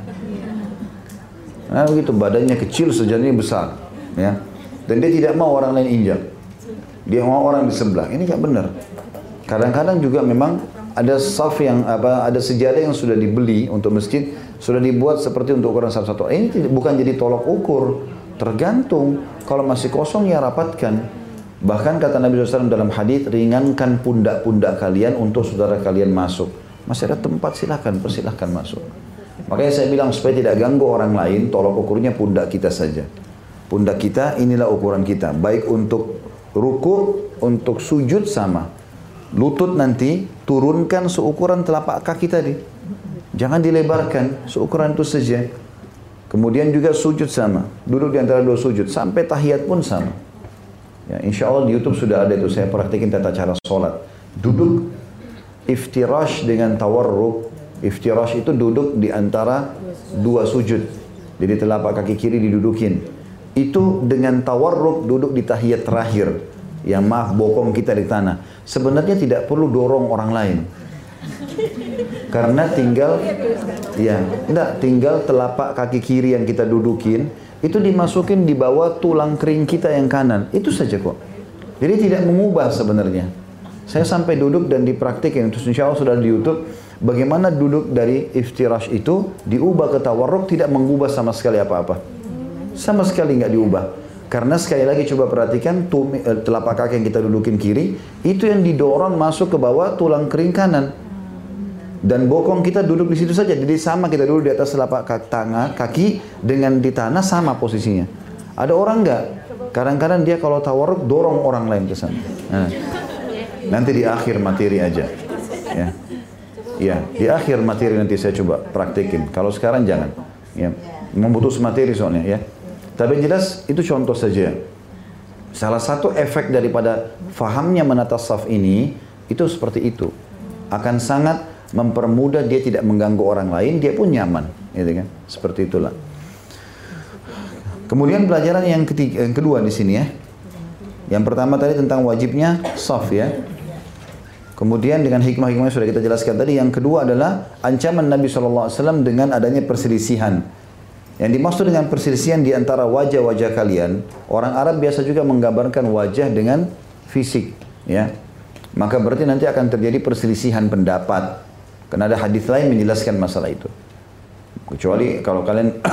S1: Nah begitu, badannya kecil, sejadahnya besar. Ya. Dan dia tidak mau orang lain injak. Dia mau orang di sebelah. Ini nggak benar. Kadang-kadang juga memang ada saf yang ada sejadah yang sudah dibeli untuk masjid, sudah dibuat seperti untuk ukuran satu-satu. Ini bukan jadi tolok ukur, tergantung. Kalau masih kosong ya rapatkan. Bahkan kata Nabi SAW dalam hadis, ringankan pundak-pundak kalian untuk saudara kalian masuk. Masih ada tempat, persilahkan masuk. Makanya saya bilang supaya tidak ganggu orang lain, tolok ukurnya pundak kita saja. Pundak kita inilah ukuran kita, baik untuk ruku, untuk sujud sama. Lutut nanti turunkan seukuran telapak kaki tadi. Jangan dilebarkan, seukuran itu saja. Kemudian juga sujud sama. Duduk di antara dua sujud. Sampai tahiyat pun sama. Ya, insya Allah di YouTube sudah ada itu. Saya praktikin tata cara sholat. Duduk iftirash dengan tawarruk. Iftirash itu duduk di antara dua sujud. Jadi telapak kaki kiri didudukin. Itu dengan tawarruk duduk di tahiyat terakhir. Yang maaf bokong kita di tanah. Sebenarnya tidak perlu dorong orang lain. Karena tinggal telapak kaki kiri yang kita dudukin, itu dimasukin di bawah tulang kering kita yang kanan. Itu saja kok. Jadi tidak mengubah sebenarnya. Saya sampai duduk dan dipraktikin. Terus insya Allah sudah di YouTube. Bagaimana duduk dari iftirash itu diubah ke tawarruk tidak mengubah sama sekali apa-apa. Sama sekali nggak diubah. Karena sekali lagi coba perhatikan telapak kaki yang kita dudukin kiri, itu yang didorong masuk ke bawah tulang kering kanan. Dan bokong kita duduk di situ saja. Jadi sama kita duduk di atas telapak kaki dengan di tanah sama posisinya. Ada orang enggak? Kadang-kadang dia kalau tawarruk dorong orang lain ke sana. Nah, nanti di akhir materi aja. Ya. Ya, di akhir materi nanti saya coba praktekin. Kalau sekarang jangan. Ya. Memutus materi soalnya ya. Tapi jelas itu contoh saja. Salah satu efek daripada fahamnya menata saf ini itu seperti itu. Akan sangat mempermudah, dia tidak mengganggu orang lain, dia pun nyaman, gitu kan? Seperti itulah. Kemudian pelajaran yang kedua di sini ya. Yang pertama tadi tentang wajibnya saf ya. Kemudian dengan hikmah-hikmah sudah kita jelaskan tadi. Yang kedua adalah ancaman Nabi SAW dengan adanya perselisihan. Yang dimaksud dengan perselisihan di antara wajah-wajah kalian, orang Arab biasa juga menggambarkan wajah dengan fisik, ya. Maka berarti nanti akan terjadi perselisihan pendapat. Karena ada hadis lain menjelaskan masalah itu. Kecuali kalau kalian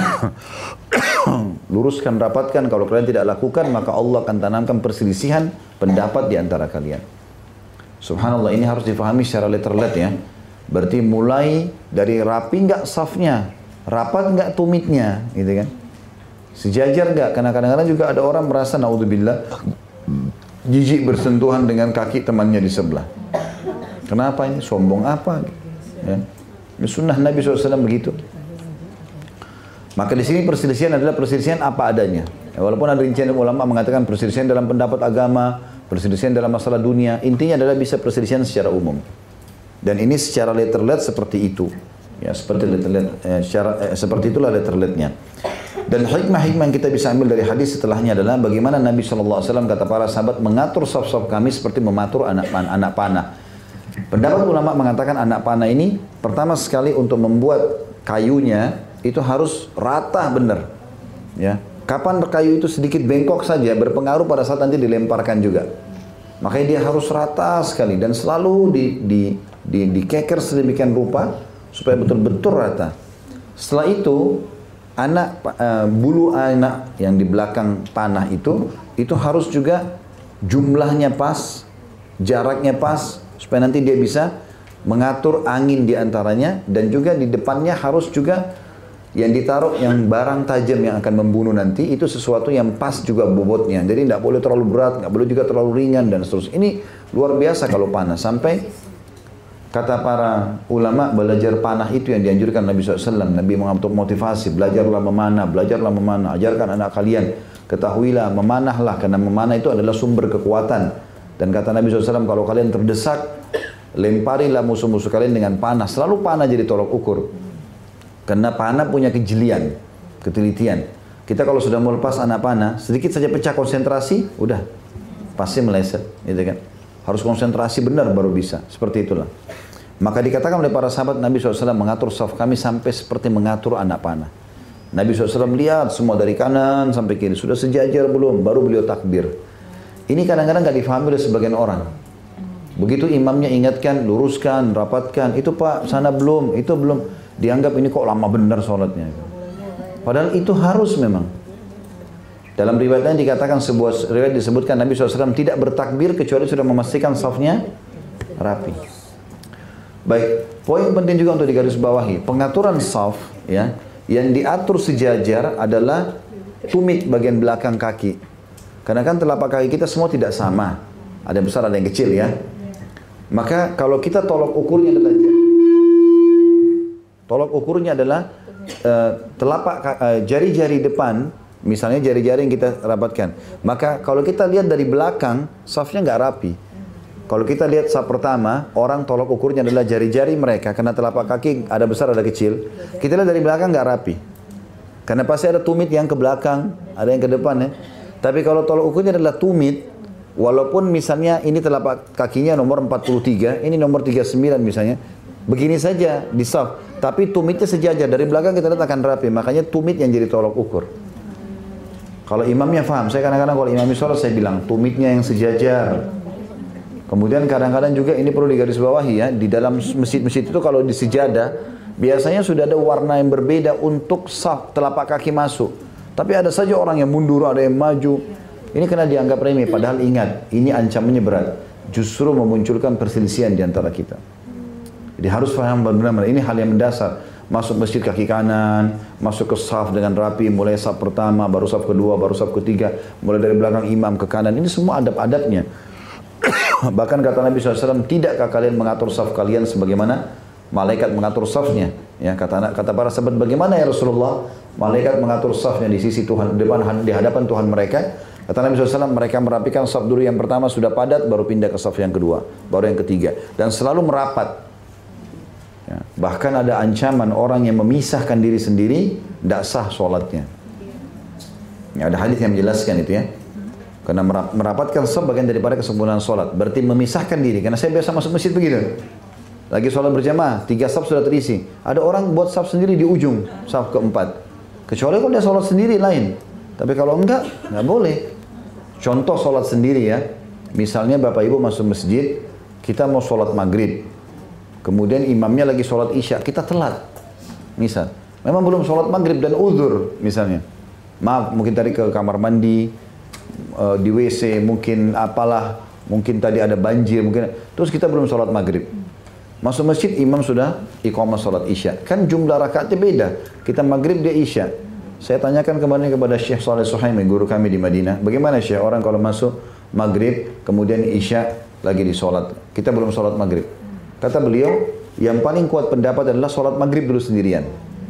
S1: luruskan, rapatkan, kalau kalian tidak lakukan, maka Allah akan tanamkan perselisihan pendapat di antara kalian. Subhanallah, ini harus difahami secara letterlet ya. Berarti mulai dari rapi nggak safnya, rapat nggak tumitnya, gitu kan? Sejajar nggak? Karena kadang-kadang juga ada orang merasa naudzubillah jijik bersentuhan dengan kaki temannya di sebelah. Kenapa ini? Sombong apa? Ya. Sunnah Nabi SAW begitu. Maka di sini perselisihan adalah perselisihan apa adanya. Ya, walaupun ada rincian ulama mengatakan perselisihan dalam pendapat agama, perselisihan dalam masalah dunia, intinya adalah bisa perselisihan secara umum. Dan ini secara letterlet seperti itu. Ya, seperti letterlet, seperti itulah letterletnya. Dan hikmah-hikmah yang kita bisa ambil dari hadis setelahnya adalah bagaimana Nabi SAW kata para sahabat mengatur saf-saf kami seperti mematur anak panah. Pendapat ulama mengatakan anak panah ini pertama sekali untuk membuat kayunya itu harus rata benar. Ya. Kapan kayu itu sedikit bengkok saja berpengaruh pada saat nanti dilemparkan juga. Makanya dia harus rata sekali dan selalu dikeker sedemikian rupa supaya betul-betul rata. Setelah itu bulu anak yang di belakang panah itu harus juga jumlahnya pas, jaraknya pas supaya nanti dia bisa mengatur angin di antaranya, dan juga di depannya harus juga yang ditaruh yang barang tajam yang akan membunuh nanti itu sesuatu yang pas juga bobotnya. Jadi tidak boleh terlalu berat, nggak boleh juga terlalu ringan dan seterusnya. Ini luar biasa kalau panah. Sampai kata para ulama belajar panah itu yang dianjurkan Nabi SAW. Nabi mengatur motivasi, belajarlah memanah, ajarkan anak kalian. Ketahuilah memanahlah, karena memanah itu adalah sumber kekuatan. Dan kata Nabi SAW, kalau kalian terdesak, lemparilah musuh-musuh kalian dengan panah. Selalu panah jadi tolok ukur. Karena panah punya kejelian, ketelitian. Kita kalau sudah mau lepas anak panah, sedikit saja pecah konsentrasi, udah pasti meleset, gitu kan? Harus konsentrasi benar baru bisa, seperti itulah. Maka dikatakan oleh para sahabat Nabi SAW mengatur saf kami sampai seperti mengatur anak panah. Nabi SAW lihat semua dari kanan sampai kiri, sudah sejajar belum? Baru beliau takbir. Ini kadang-kadang nggak difahami oleh sebagian orang. Begitu imamnya ingatkan, luruskan, rapatkan, itu Pak, sana belum, itu belum. Dianggap ini kok lama benar sholatnya. Padahal itu harus memang. Dalam riwayat lain dikatakan sebuah riwayat disebutkan Nabi SAW tidak bertakbir kecuali sudah memastikan safnya rapi. Baik, poin penting juga untuk digarisbawahi. Pengaturan saf ya, yang diatur sejajar adalah tumit bagian belakang kaki. Karena kan telapak kaki kita semua tidak sama. Ada yang besar, ada yang kecil ya. Maka kalau kita tolok ukurnya adalah telapak jari-jari depan, misalnya jari-jari yang kita rapatkan. Maka kalau kita lihat dari belakang, safnya nggak rapi. Kalau kita lihat saf pertama, orang tolok ukurnya adalah jari-jari mereka, karena telapak kaki ada besar ada kecil. Kita lihat dari belakang nggak rapi. Karena pasti ada tumit yang ke belakang, ada yang ke depan ya. Tapi kalau tolok ukurnya adalah tumit, walaupun misalnya ini telapak kakinya nomor 43, ini nomor 39 misalnya, begini saja di saf, tapi tumitnya sejajar, dari belakang kita lihat akan rapi, makanya tumit yang jadi tolok ukur. Kalau imamnya paham, saya kadang-kadang kalau imam sholat saya bilang, tumitnya yang sejajar. Kemudian kadang-kadang juga ini perlu digarisbawahi ya, di dalam masjid-masjid itu kalau di sejadah, biasanya sudah ada warna yang berbeda untuk saf telapak kaki masuk. Tapi ada saja orang yang mundur, ada yang maju. Ini kena dianggap remeh, padahal ingat, ini ancamannya berat. Justru memunculkan perselisihan di antara kita. Jadi harus paham benar-benar, ini hal yang mendasar. Masuk masjid kaki kanan, masuk ke saf dengan rapi, mulai saf pertama, baru saf kedua, baru saf ketiga, mulai dari belakang imam ke kanan. Ini semua adab-adabnya. Bahkan kata Nabi SAW, tidakkah kalian mengatur saf kalian sebagaimana malaikat mengatur safnya? Ya, kata para sahabat, bagaimana ya Rasulullah malaikat mengatur safnya di sisi Tuhan, di hadapan Tuhan mereka? Kata Nabi SAW, mereka merapikan saf dulu yang pertama sudah padat, baru pindah ke saf yang kedua, baru yang ketiga. Dan selalu merapat. Ya, bahkan ada ancaman orang yang memisahkan diri sendiri, tidak sah sholatnya. Ya, ada hadis yang menjelaskan itu ya. Karena merapatkan saf bagian daripada kesempurnaan sholat. Berarti memisahkan diri. Karena saya biasa masuk masjid begitu. Lagi sholat berjamaah, 3 saf sudah terisi. Ada orang buat saf sendiri di ujung, saf keempat. Kecuali kalau dia sholat sendiri lain. Tapi kalau enggak boleh. Contoh sholat sendiri ya. Misalnya Bapak Ibu masuk masjid, kita mau sholat maghrib. Kemudian imamnya lagi sholat isya, kita telat. Misal, memang belum sholat maghrib dan uzur misalnya. Maaf, mungkin tadi ke kamar mandi, di WC, mungkin apalah, mungkin tadi ada banjir, mungkin. Terus kita belum sholat maghrib. Masuk masjid, imam sudah iqamah sholat isya. Kan jumlah rakaatnya beda. Kita maghrib, dia isya. Saya tanyakan kemarin kepada Syekh Saleh Suhaimi, guru kami di Madinah. Bagaimana Syekh, orang kalau masuk maghrib, kemudian isya, lagi di sholat. Kita belum sholat maghrib. Kata beliau, yang paling kuat pendapat adalah sholat maghrib dulu sendirian.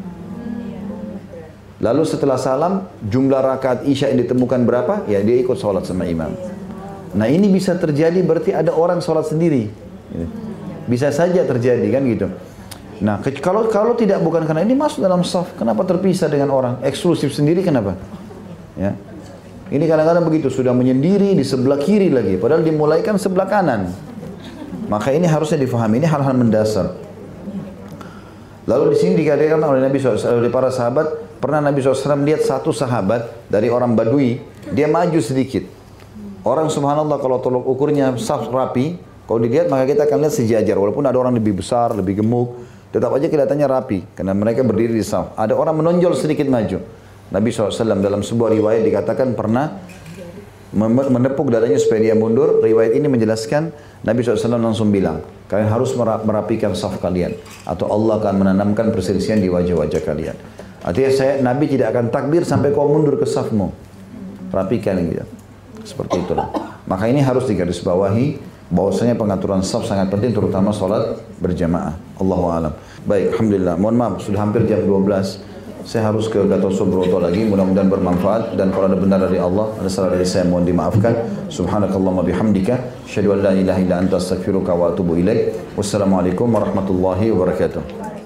S1: Lalu setelah salam, jumlah rakaat isya yang ditemukan berapa? Ya dia ikut sholat sama imam. Nah ini bisa terjadi berarti ada orang sholat sendiri. Bisa saja terjadi kan gitu. Nah kalau tidak bukan karena ini masuk dalam saf, kenapa terpisah dengan orang? Eksklusif sendiri kenapa? Ya. Ini kadang-kadang begitu, sudah menyendiri di sebelah kiri lagi. Padahal dimulaikan sebelah kanan. Maka ini harusnya difahami, ini hal-hal mendasar. Lalu di sini dikatakan oleh Nabi SAW, oleh para sahabat, pernah Nabi SAW lihat satu sahabat dari orang Badui, dia maju sedikit. Orang subhanallah kalau tolok ukurnya saf rapi, kalau dilihat maka kita akan lihat sejajar. Walaupun ada orang lebih besar, lebih gemuk, tetap aja kelihatannya rapi. Karena mereka berdiri di saf. Ada orang menonjol sedikit maju. Nabi SAW dalam sebuah riwayat dikatakan pernah menepuk dadanya supaya dia mundur. Riwayat ini menjelaskan Nabi SAW langsung bilang, kalian harus merapikan saf kalian, atau Allah akan menanamkan perselisihan di wajah-wajah kalian. Artinya Nabi tidak akan takbir sampai kau mundur ke safmu. Rapikan gitu. Seperti itulah. Maka ini harus digarisbawahi bahwasanya pengaturan saf sangat penting, terutama sholat berjamaah. Allahu a'lam. Baik, alhamdulillah. Mohon maaf, sudah hampir jam 12. Saya harus ke Gatot Subroto lagi, mudah-mudahan bermanfaat, dan kalau ada benar dari Allah, ada salah dari saya, mohon dimaafkan. Subhanakallahumma bihamdika, asyhadu an la ilaha illa anta astaghfiruka wa atubu ilaik. Wassalamualaikum warahmatullahi wabarakatuh.